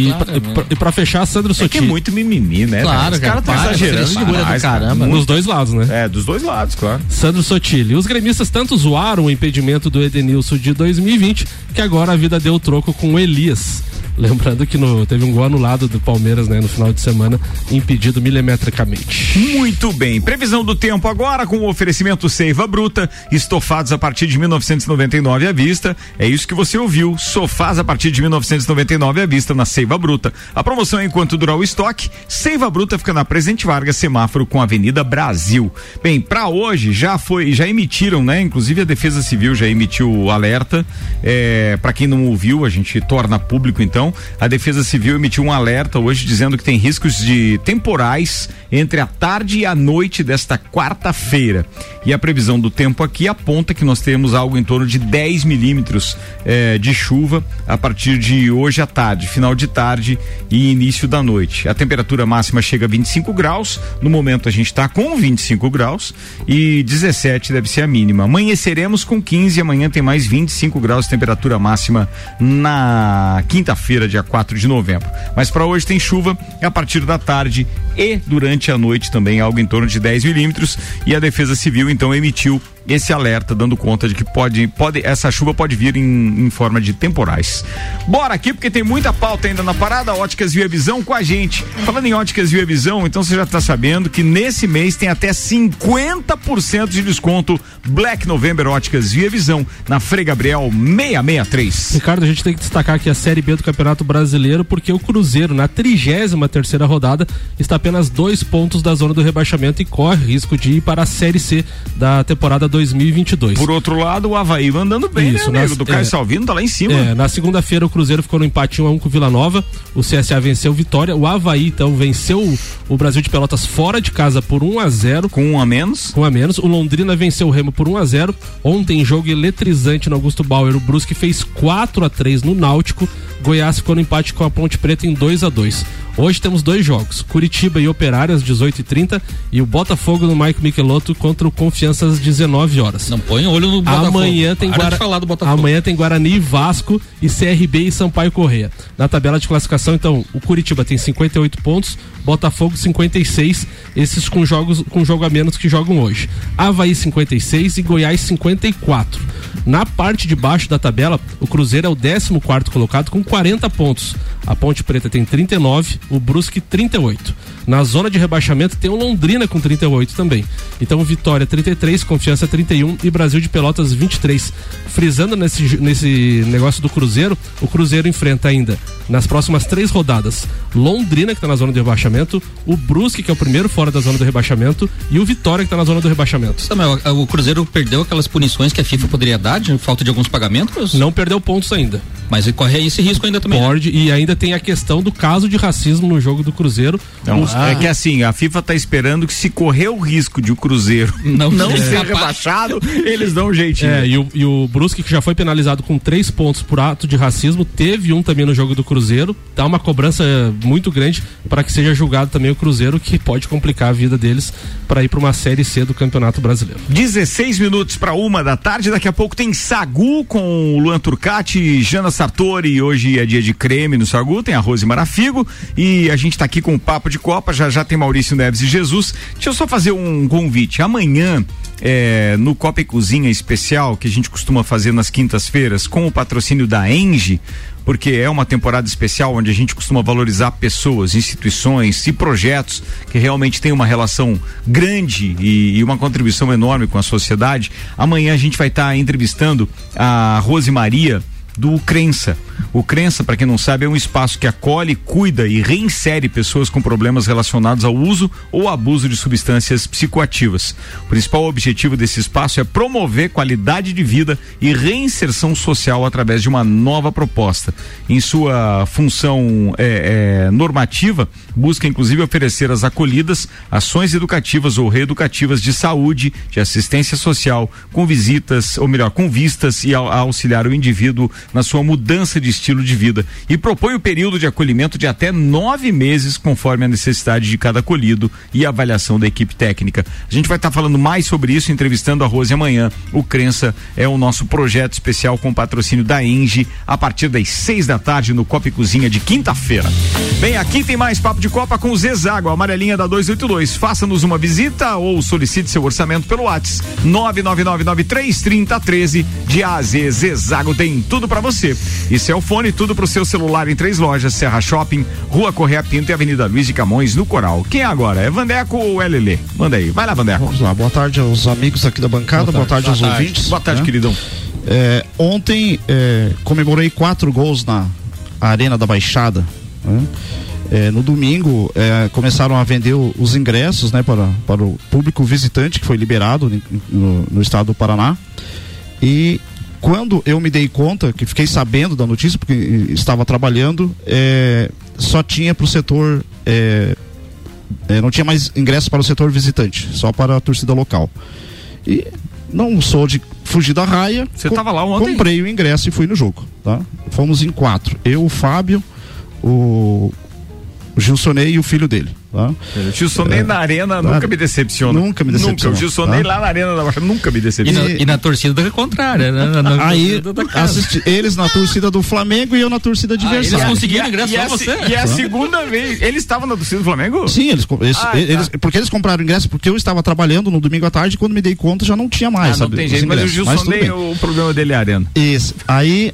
E pra fechar, Sandro Sotile. É muito mimimi, né? Claro, os caras estão exagerando demais, caramba. Dos dois lados, né? Dos dois lados, claro. Sandro Sotile. Os gremistas tanto zoaram o impedimento do Edenilson de 2020 que agora a vida deu troco com o Elias. Lembrando que teve um gol anulado do Palmeiras, né, no final de semana, impedido milimetricamente. Muito bem. Previsão do tempo agora com o oferecimento Seiva Bruta, estofados a partir de 1999 à vista. É isso que você ouviu. Sofás a partir de 1999 à vista na Seiva Bruta. A promoção é enquanto durar o estoque. Seiva Bruta fica na Presidente Vargas, semáforo com a Avenida Brasil. Bem, para hoje já emitiram, né? Inclusive a Defesa Civil já emitiu o alerta. Para quem não ouviu, a gente torna público então. A Defesa Civil emitiu um alerta hoje dizendo que tem riscos de temporais entre a tarde e a noite desta quarta-feira. E a previsão do tempo aqui aponta que nós temos algo em torno de 10 milímetros de chuva a partir de hoje à tarde, final de tarde e início da noite. A temperatura máxima chega a 25 graus. No momento a gente está com 25 graus e 17 deve ser a mínima. Amanheceremos com 15, amanhã tem mais 25 graus de temperatura máxima na quinta-feira, dia 4 de novembro. Mas para hoje tem chuva a partir da tarde e durante a noite também algo em torno de 10 milímetros e a Defesa Civil então emitiu esse alerta dando conta de que essa chuva pode vir em forma de temporais. Bora aqui porque tem muita pauta ainda na parada. Óticas Via Visão com a gente. Falando em Óticas Via Visão, então você já está sabendo que nesse mês tem até 50% de desconto Black November Óticas Via Visão na Frei Gabriel 663. Ricardo, a gente tem que destacar aqui a Série B do Campeonato Brasileiro porque o Cruzeiro na 33ª rodada está apenas 2 pontos da zona do rebaixamento e corre risco de ir para a Série C da temporada 2022. Por outro lado, o Avaí vai andando bem, isso, né, amigo? Do Caio Salvino tá lá em cima. Na segunda-feira o Cruzeiro ficou no empate 1-1 com o Vila Nova, o CSA venceu Vitória, o Avaí então venceu o Brasil de Pelotas fora de casa por 1-0. Com um a menos. O Londrina venceu o Remo por 1-0. Ontem jogo eletrizante no Augusto Bauer, o Brusque fez 4-3 no Náutico, Goiás ficou no empate com a Ponte Preta em 2-2. Hoje temos 2 jogos, Curitiba e Operário às 18h30 e o Botafogo no Mike Michelotto contra o Confiança às 19h. Não põe olho no Botafogo. Amanhã tem Guarani e Vasco e CRB e Sampaio Corrêa. Na tabela de classificação, então, o Curitiba tem 58 pontos, Botafogo 56, esses com jogo a menos que jogam hoje. Avaí 56 e Goiás 54. Na parte de baixo da tabela, o Cruzeiro é o 14º colocado com 40 pontos. A Ponte Preta tem 39, o Brusque 38. Na zona de rebaixamento tem o Londrina com 38 também. Então Vitória 33, Confiança 31 e Brasil de Pelotas 23. Frisando nesse negócio do Cruzeiro, o Cruzeiro enfrenta ainda nas próximas 3 rodadas Londrina, que está na zona de rebaixamento, o Brusque, que é o primeiro fora da zona do rebaixamento, e o Vitória, que está na zona do rebaixamento. O Cruzeiro perdeu aquelas punições que a FIFA poderia dar de falta de alguns pagamentos? Não perdeu pontos ainda. Mas corre esse risco ainda também. Pode, né? E ainda tem a questão do caso de racismo no jogo do Cruzeiro. É que assim, a FIFA está esperando que se correr o risco de o Cruzeiro não ser rebaixado, eles dão um jeitinho. E o Brusque, que já foi penalizado com 3 pontos por ato de racismo, teve um também no jogo do Cruzeiro. Dá uma cobrança muito grande para que seja julgado também o Cruzeiro, que pode complicar a vida deles para ir para uma Série C do Campeonato Brasileiro. 16 minutos para 1h da tarde. Daqui a pouco tem Sagu com o Luan Turcati e Jana Sartori. Hoje é dia de creme no Sagu, tem arroz e marafigo. E a gente tá aqui com o Papo de Copa, já tem Maurício Neves e Jesus. Deixa eu só fazer um convite. Amanhã, no Copa e Cozinha especial, que a gente costuma fazer nas quintas-feiras, com o patrocínio da Engie, porque é uma temporada especial onde a gente costuma valorizar pessoas, instituições e projetos que realmente têm uma relação grande e uma contribuição enorme com a sociedade. Amanhã a gente vai estar entrevistando a Rose Maria do Crença. O Crença, para quem não sabe, é um espaço que acolhe, cuida e reinsere pessoas com problemas relacionados ao uso ou abuso de substâncias psicoativas. O principal objetivo desse espaço é promover qualidade de vida e reinserção social através de uma nova proposta. Em sua função normativa, busca inclusive oferecer às acolhidas ações educativas ou reeducativas de saúde, de assistência social, com visitas, ou melhor, com vistas e a auxiliar o indivíduo na sua mudança de estilo de vida, e propõe o período de acolhimento de até 9 meses, conforme a necessidade de cada acolhido e a avaliação da equipe técnica. A gente vai estar falando mais sobre isso, entrevistando a Rose amanhã. O Crença é o nosso projeto especial com patrocínio da Engie, a partir das 6 da tarde no Copa e Cozinha de quinta-feira. Bem, aqui tem mais Papo de Copa com o Zezago, a amarelinha da 282. Faça-nos uma visita ou solicite seu orçamento pelo WhatsApp 999933013. De A a Z, Zezago tem tudo pra você. E Celfone, tudo pro seu celular em 3 lojas: Serra Shopping, Rua Correia Pinto e Avenida Luiz de Camões, no Coral. Quem é agora? É Vandeco ou LL? Manda aí, vai lá, Vandeco. Vamos lá, boa tarde aos amigos aqui da bancada, boa tarde aos ouvintes. Boa tarde, queridão. Ontem comemorei 4 gols na Arena da Baixada, né? No domingo começaram a vender os ingressos, né, para o público visitante que foi liberado no estado do Paraná. E quando eu me dei conta, que fiquei sabendo da notícia, porque estava trabalhando, só tinha para o setor, não tinha mais ingresso para o setor visitante, só para a torcida local. E não sou de fugir da raia. Você estava lá ontem? Comprei o ingresso e fui no jogo, tá? Fomos em 4. Eu, o Fábio, o Gilsonei e o filho dele. Tá? O Gilsonei na arena nunca me decepciona. Nunca me decepciona. O Gilsonei lá na arena da Baixada nunca me decepciona. E na torcida da contrária, né? Aí assisti eles na torcida do Flamengo e eu na torcida adversária. Eles conseguiram ingresso só você? E é a segunda vez. Eles estavam na torcida do Flamengo? Sim, porque eles compraram ingresso porque eu estava trabalhando no domingo à tarde e quando me dei conta já não tinha mais. Não tem jeito, mas o Gilsonei, o problema dele é a arena. Isso. Aí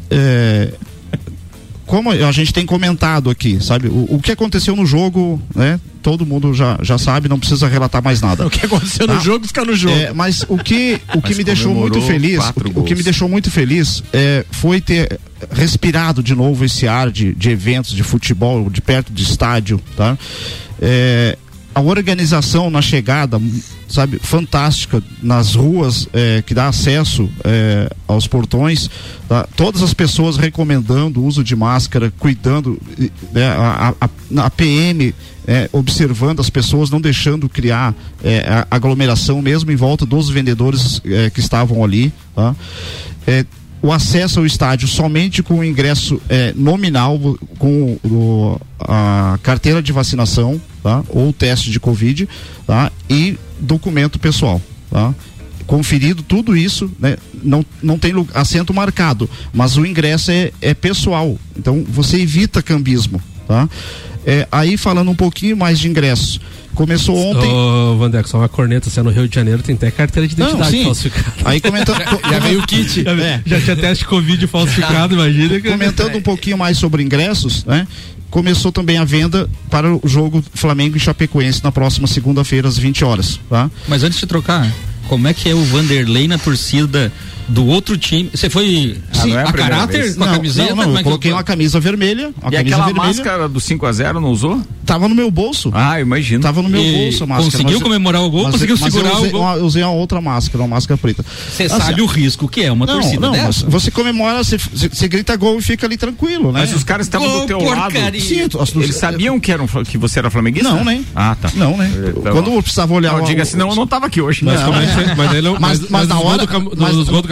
como a gente tem comentado aqui, sabe, o que aconteceu no jogo, né? Todo mundo já sabe, não precisa relatar mais nada. O que aconteceu no jogo fica no jogo. Mas o que me deixou muito feliz, o que me deixou muito feliz foi ter respirado de novo esse ar de eventos de futebol, de perto de estádio, tá? A organização na chegada, sabe, fantástica, nas ruas que dá acesso aos portões, tá? Todas as pessoas recomendando o uso de máscara, cuidando, né? A PM observando as pessoas, não deixando criar aglomeração mesmo em volta dos vendedores que estavam ali, tá? O acesso ao estádio somente com o ingresso nominal, com a carteira de vacinação, tá? Ou teste de Covid, tá? E documento pessoal, tá? Conferido tudo isso, né? Não tem assento marcado, mas o ingresso é pessoal, então você evita cambismo, tá? Aí falando um pouquinho mais de ingressos, começou ontem. Vandeco, só uma corneta, você é no Rio de Janeiro, tem até carteira de identidade falsificada. Aí comentando. Já veio o kit. Já tinha teste Covid falsificado, imagina. Comentando um pouquinho mais sobre ingressos, né? Começou também a venda para o jogo Flamengo e Chapecoense na próxima segunda-feira às 20 horas, tá? Mas antes de trocar, como é que é o Vanderlei na torcida do outro time? Você foi a caráter vez. Com a camiseta? Não, eu coloquei uma camisa vermelha. Aquela máscara do 5-0 não usou? Tava no meu bolso. Imagino. Tava no meu bolso a máscara. Conseguiu comemorar o gol? Conseguiu segurar o gol? Eu usei uma outra máscara, uma máscara preta. Você sabe o risco que é uma torcida dessa? Mas você comemora, você grita gol e fica ali tranquilo, né? Mas os caras estavam do teu lado. Sim, eles sabiam que você era flamenguista? Não, né? Ah, tá. Não, né? Quando eu precisava olhar... Não, diga assim, não, eu não tava aqui hoje. Mas na hora... Nos gols do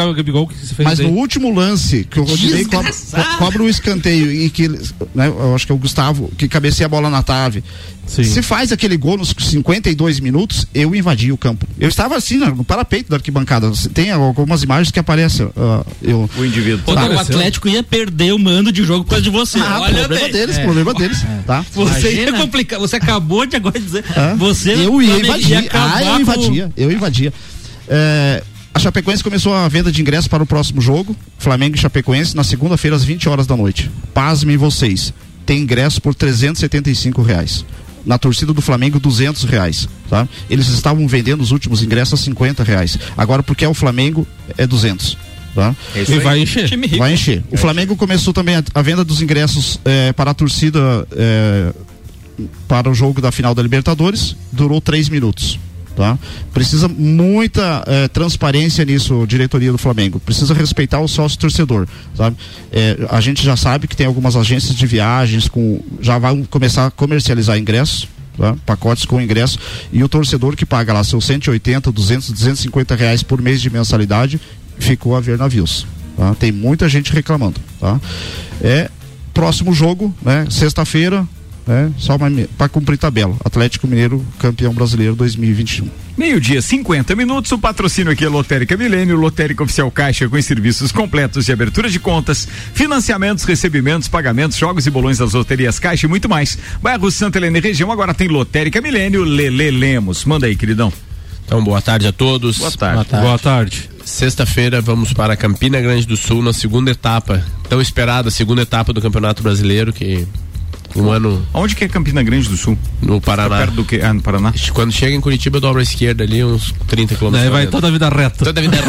o Gabigol, que você fez. Mas no último lance, que o Rodinei cobra o escanteio e que, né, eu acho que é o Gustavo, que cabeceia a bola na trave. Sim. Se faz aquele gol nos 52 minutos, eu invadi o campo. Eu estava assim, no parapeito da arquibancada. Tem algumas imagens que aparecem. O indivíduo. O Atlético ia perder o mando de jogo por causa de você. Problema deles. Tá? Você ia complicar. Você acabou de agora dizer. Eu invadia. A Chapecoense começou a venda de ingressos para o próximo jogo, Flamengo e Chapecoense, na segunda-feira às 20 horas da noite. Pasmem vocês, tem ingresso por R$375. Na torcida do Flamengo, R$200, tá? Eles estavam vendendo os últimos ingressos a R$50. Agora, porque é o Flamengo, é 200. Tá? E vai encher. Vai encher. O Flamengo começou também a venda dos ingressos para a torcida para o jogo da final da Libertadores, durou 3 minutos. Tá? Precisa muita transparência nisso, diretoria do Flamengo. Precisa respeitar o sócio torcedor, sabe? A gente já sabe que tem algumas agências de viagens já vão começar a comercializar ingressos, tá? Pacotes com ingresso, e o torcedor que paga lá seus 180, 200, R$250 por mês de mensalidade ficou a ver navios, tá? Tem muita gente reclamando, tá? Próximo jogo, né? Sexta-feira, só para cumprir tabela. Atlético Mineiro, campeão brasileiro 2021. 12:50. O patrocínio aqui é Lotérica Milênio, Lotérica Oficial Caixa, com serviços completos de abertura de contas, financiamentos, recebimentos, pagamentos, jogos e bolões das loterias Caixa e muito mais. Bairro Santa Helena e região, agora tem Lotérica Milênio. Lelê Lemos. Manda aí, queridão. Então, boa tarde a todos. Boa tarde. Boa tarde. Sexta-feira vamos para Campina Grande do Sul na segunda etapa, tão esperada segunda etapa do Campeonato Brasileiro, que Onde que é Campina Grande do Sul? No Paraná. Perto do que? No Paraná? Quando chega em Curitiba, dobra a esquerda ali, uns 30 km. Daí vai toda a vida reta.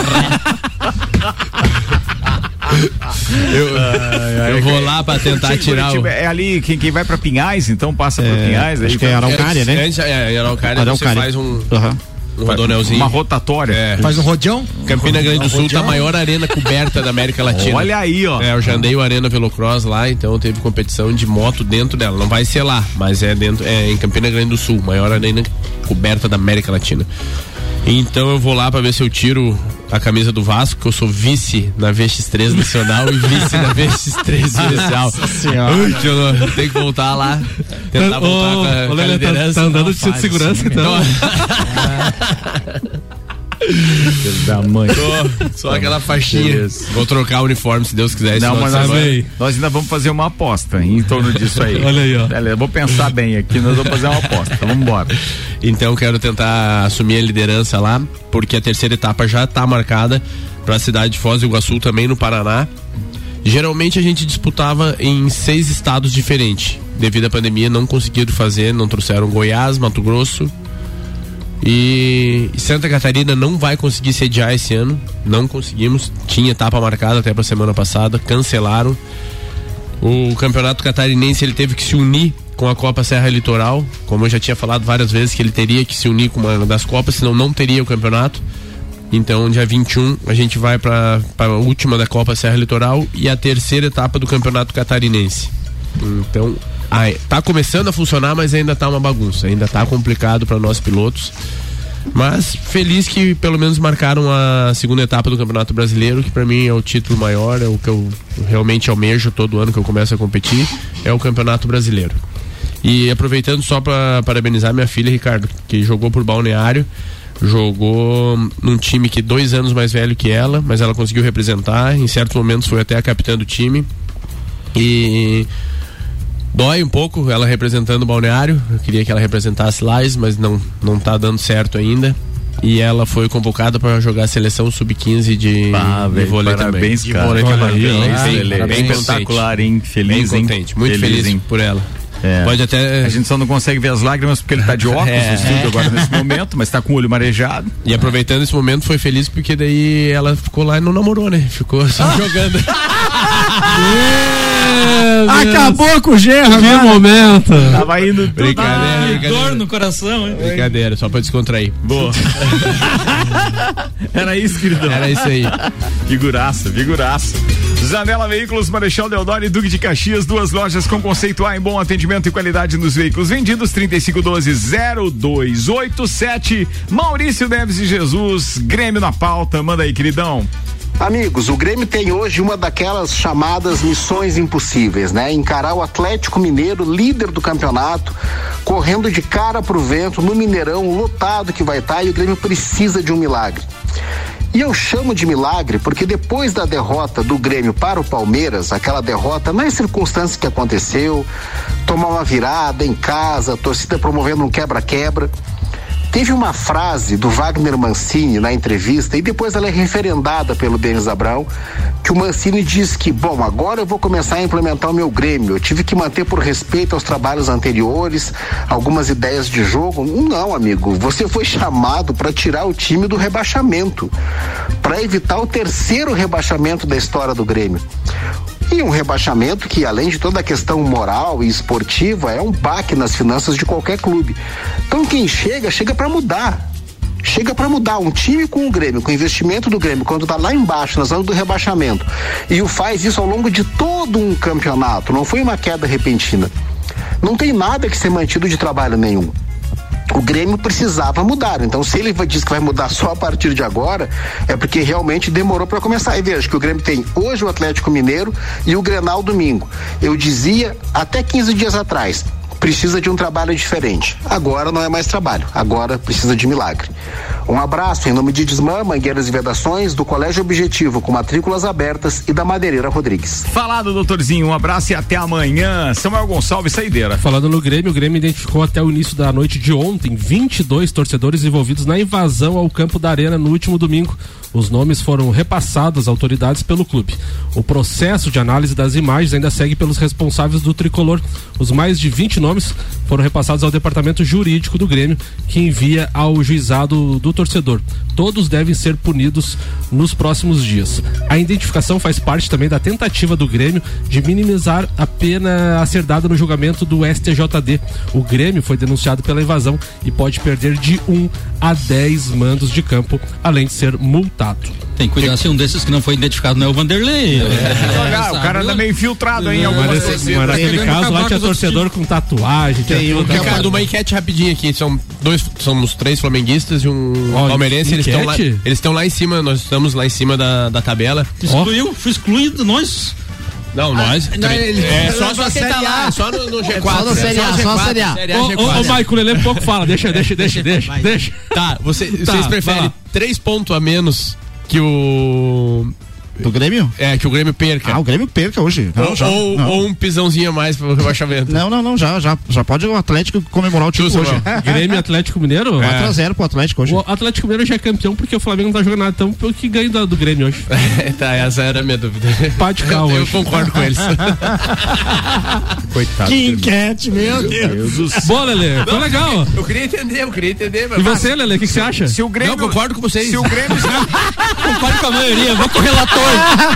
Eu vou lá pra tentar tirar É ali, quem vai pra Pinhais, então passa por Pinhais. Acho que é Araucária, né? Araucária, você faz um rodonelzinho. Uma rotatória. Faz um rodeão? Campina Grande do Sul tá a maior arena coberta da América Latina. Olha aí, ó. Eu já andei o Arena Velocross lá, então teve competição de moto dentro dela. Não vai ser lá, mas em Campina Grande do Sul, maior arena coberta da América Latina. Então eu vou lá pra ver se eu tiro a camisa do Vasco, que eu sou vice na VX3 nacional e vice na VX3 especial. Tem que voltar lá, tentar voltar com a liderança. Tá andando de cinto de segurança, então. Da mãe. Só aquela faixinha. Vou trocar o uniforme, se Deus quiser. Não, mas nós ainda vamos fazer uma aposta em torno disso aí. Olha aí, ó. Eu vou pensar bem aqui, nós vamos fazer uma aposta. Vamos embora. Então quero tentar assumir a liderança lá, porque a terceira etapa já está marcada para a cidade de Foz do Iguaçu, também no Paraná. Geralmente a gente disputava em 6 estados diferentes. Devido à pandemia não conseguiram fazer, não trouxeram Goiás, Mato Grosso. E Santa Catarina não vai conseguir sediar esse ano. Não conseguimos. Tinha etapa marcada até pra semana passada. Cancelaram. O campeonato catarinense ele teve que se unir com a Copa Serra Litoral. Como eu já tinha falado várias vezes, que ele teria que se unir com uma das Copas, senão não teria o campeonato. Então, dia 21, a gente vai para a última da Copa Serra Litoral e a terceira etapa do campeonato catarinense. Então, tá começando a funcionar, mas ainda tá uma bagunça, ainda tá complicado para nós pilotos, mas feliz que pelo menos marcaram a segunda etapa do Campeonato Brasileiro, que para mim é o título maior, é o que eu realmente almejo todo ano que eu começo a competir, é o Campeonato Brasileiro. E aproveitando só para parabenizar minha filha, Ricardo, que jogou por Balneário, jogou num time que 2 anos mais velho que ela, mas ela conseguiu representar, em certos momentos foi até a capitã do time, e dói um pouco ela representando o Balneário. Eu queria que ela representasse Lages, mas não tá dando certo ainda. E ela foi convocada para jogar a seleção sub-15 de vôlei parabéns, também. Cara. Parabéns, bem espetacular, hein? Feliz, bem contente, muito feliz por ela. Pode até... A gente só não consegue ver as lágrimas porque ele tá de óculos no estúdio agora nesse momento, mas tá com o olho marejado. E aproveitando esse momento, foi feliz porque daí ela ficou lá e não namorou, né?Ficou só jogando. Acabou com o Gerra, que momento. Tava indo tudo. Brincadeira. Dor no coração, hein? Brincadeira, só pra descontrair. Boa. Era isso, queridão. Era isso aí. Figuraça. Zanela Veículos, Marechal Deodoro e Duque de Caxias, 2 lojas com conceito A em bom atendimento e qualidade nos veículos vendidos, 3512-0287. Maurício Neves e Jesus, Grêmio na pauta, manda aí, queridão. Amigos, o Grêmio tem hoje uma daquelas chamadas missões impossíveis, né? Encarar o Atlético Mineiro, líder do campeonato, correndo de cara pro vento, no Mineirão, lotado que vai estar, e o Grêmio precisa de um milagre. E eu chamo de milagre porque depois da derrota do Grêmio para o Palmeiras, aquela derrota nas circunstâncias que aconteceu, tomar uma virada em casa, a torcida promovendo um quebra-quebra, teve uma frase do Wagner Mancini na entrevista, e depois ela é referendada pelo Denis Abrão, que o Mancini diz que, bom, agora eu vou começar a implementar o meu Grêmio, eu tive que manter por respeito aos trabalhos anteriores, algumas ideias de jogo. Não, amigo, você foi chamado para tirar o time do rebaixamento, para evitar o 3º rebaixamento da história do Grêmio. E um rebaixamento que, além de toda a questão moral e esportiva, é um baque nas finanças de qualquer clube. Então quem chega para mudar. Chega para mudar. Um time com o Grêmio, com o investimento do Grêmio, quando tá lá embaixo, na zona do rebaixamento, e o faz isso ao longo de todo um campeonato, não foi uma queda repentina. Não tem nada que ser mantido de trabalho nenhum. O Grêmio precisava mudar, então se ele diz que vai mudar só a partir de agora, é porque realmente demorou para começar. E veja que o Grêmio tem hoje o Atlético Mineiro e o Grenal domingo. Eu dizia até 15 dias atrás, precisa de um trabalho diferente. Agora não é mais trabalho, agora precisa de milagre. Um abraço em nome de Desmã, Mangueiras e Vedações, do Colégio Objetivo, com matrículas abertas, e da Madeireira Rodrigues. Falado, doutorzinho, um abraço e até amanhã. Samuel Gonçalves, saideira. Falando no Grêmio, o Grêmio identificou até o início da noite de ontem 22 torcedores envolvidos na invasão ao campo da Arena no último domingo. Os nomes foram repassados às autoridades pelo clube. O processo de análise das imagens ainda segue pelos responsáveis do tricolor. Os mais de 20 nomes foram repassados ao departamento jurídico do Grêmio, que envia ao juizado do torcedor. Todos devem ser punidos nos próximos dias. A identificação faz parte também da tentativa do Grêmio de minimizar a pena a ser dada no julgamento do STJD. O Grêmio foi denunciado pela invasão e pode perder de 1 a 10 mandos de campo, além de ser multado. Tem que cuidar se um desses que não foi identificado não é o Vanderlei. O cara anda meio infiltrado aí em algumas torcidas. Mas naquele caso lá tinha torcedor com tatuagem. Ricardo, uma enquete rapidinho aqui. Somos 3 flamenguistas e um palmeirense. Eles estão lá em cima, nós estamos lá em cima da tabela. Fui excluído nós. Não, nós. Só quem tá lá, só no G4. Só no Série A, só Série A. Ô, Maico, o Lelê pouco fala. Deixa. Tá, vocês preferem 3 pontos a menos que o... Do Grêmio? É, que o Grêmio perca. O Grêmio perca hoje. Ou um pisãozinho a mais pro rebaixamento. Não, já pode o Atlético comemorar o título hoje. Grêmio e Atlético Mineiro? 4x0 pro Atlético hoje. O Atlético Mineiro já é campeão porque o Flamengo não tá jogando nada, então o que ganha do Grêmio hoje? Essa era a minha dúvida. Pode calma. Eu concordo com eles. Coitado. Que enquete, meu Deus. Boa, Lelê, foi legal. Eu queria entender. E você, Lelê, o que você acha? Se o Grêmio... Não, concordo com vocês. Se o Grêmio... Concordo com a maioria, vou com o relator.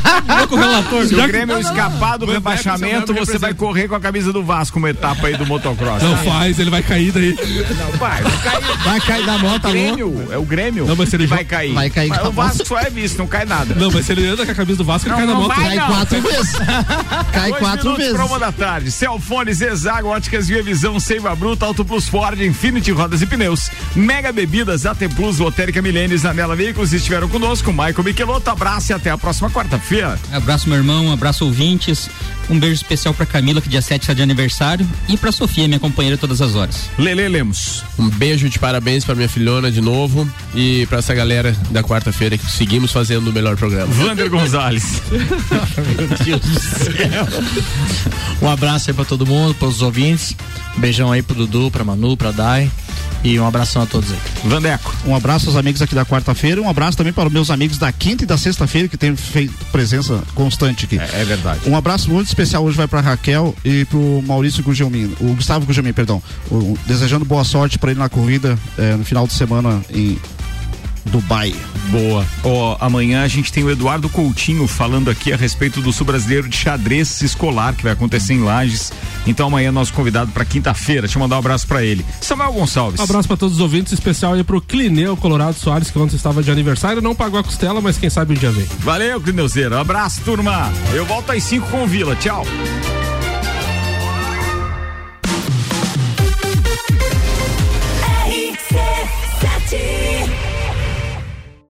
Se o Grêmio escapar do rebaixamento, você vai correr com a camisa do Vasco, uma etapa aí do motocross. Não faz, ele vai cair daí. Não, vai cair da moto, é o Grêmio. Não, mas se ele vai cair. Mas o Vasco só é visto, não cai nada. Não, mas se ele anda com a camisa do Vasco, ele cai na moto. Cai 4 vezes. Cai 4 vezes. Pra 1 da Celfone, Zezago, Óticas Via Visão, Seiva Bruta, Auto Plus Ford, Infinity Rodas e Pneus, Mega Bebidas, AT Plus, Lotérica Milênios, Anela Veículos, estiveram conosco, Michael Michelotto, abraço e até a próxima quarta-feira. Abraço, meu irmão, abraço, ouvintes. Um beijo especial pra Camila, que dia 7 está de aniversário, e pra Sofia, minha companheira, todas as horas. Lelê Lemos. Um beijo de parabéns pra minha filhona de novo e pra essa galera da quarta-feira que seguimos fazendo o melhor programa. Vander Gonzalez. Meu Deus do céu. Um abraço aí pra todo mundo, pros ouvintes. Um beijão aí pro Dudu, pra Manu, pra Dai. E um abração a todos aí. Vandeco. Um abraço aos amigos aqui da quarta-feira, um abraço também para os meus amigos da quinta e da sexta-feira, que tem feito presença constante aqui. É verdade. Um abraço muito especial hoje vai para Raquel e pro Maurício Gugelmin, o Gustavo Gugelmin, perdão. Desejando boa sorte para ele na corrida no final de semana em Dubai. Boa. Amanhã a gente tem o Eduardo Coutinho falando aqui a respeito do Sul-Brasileiro de Xadrez Escolar, que vai acontecer em Lages. Então amanhã nosso convidado para quinta-feira. Deixa eu mandar um abraço para ele. Samuel Gonçalves. Um abraço para todos os ouvintes, especial aí pro Clineu Colorado Soares, que ontem estava de aniversário, não pagou a costela, mas quem sabe um dia vem. Valeu, Clineuzeiro. Abraço, turma. Eu volto às 5 com o Vila. Tchau.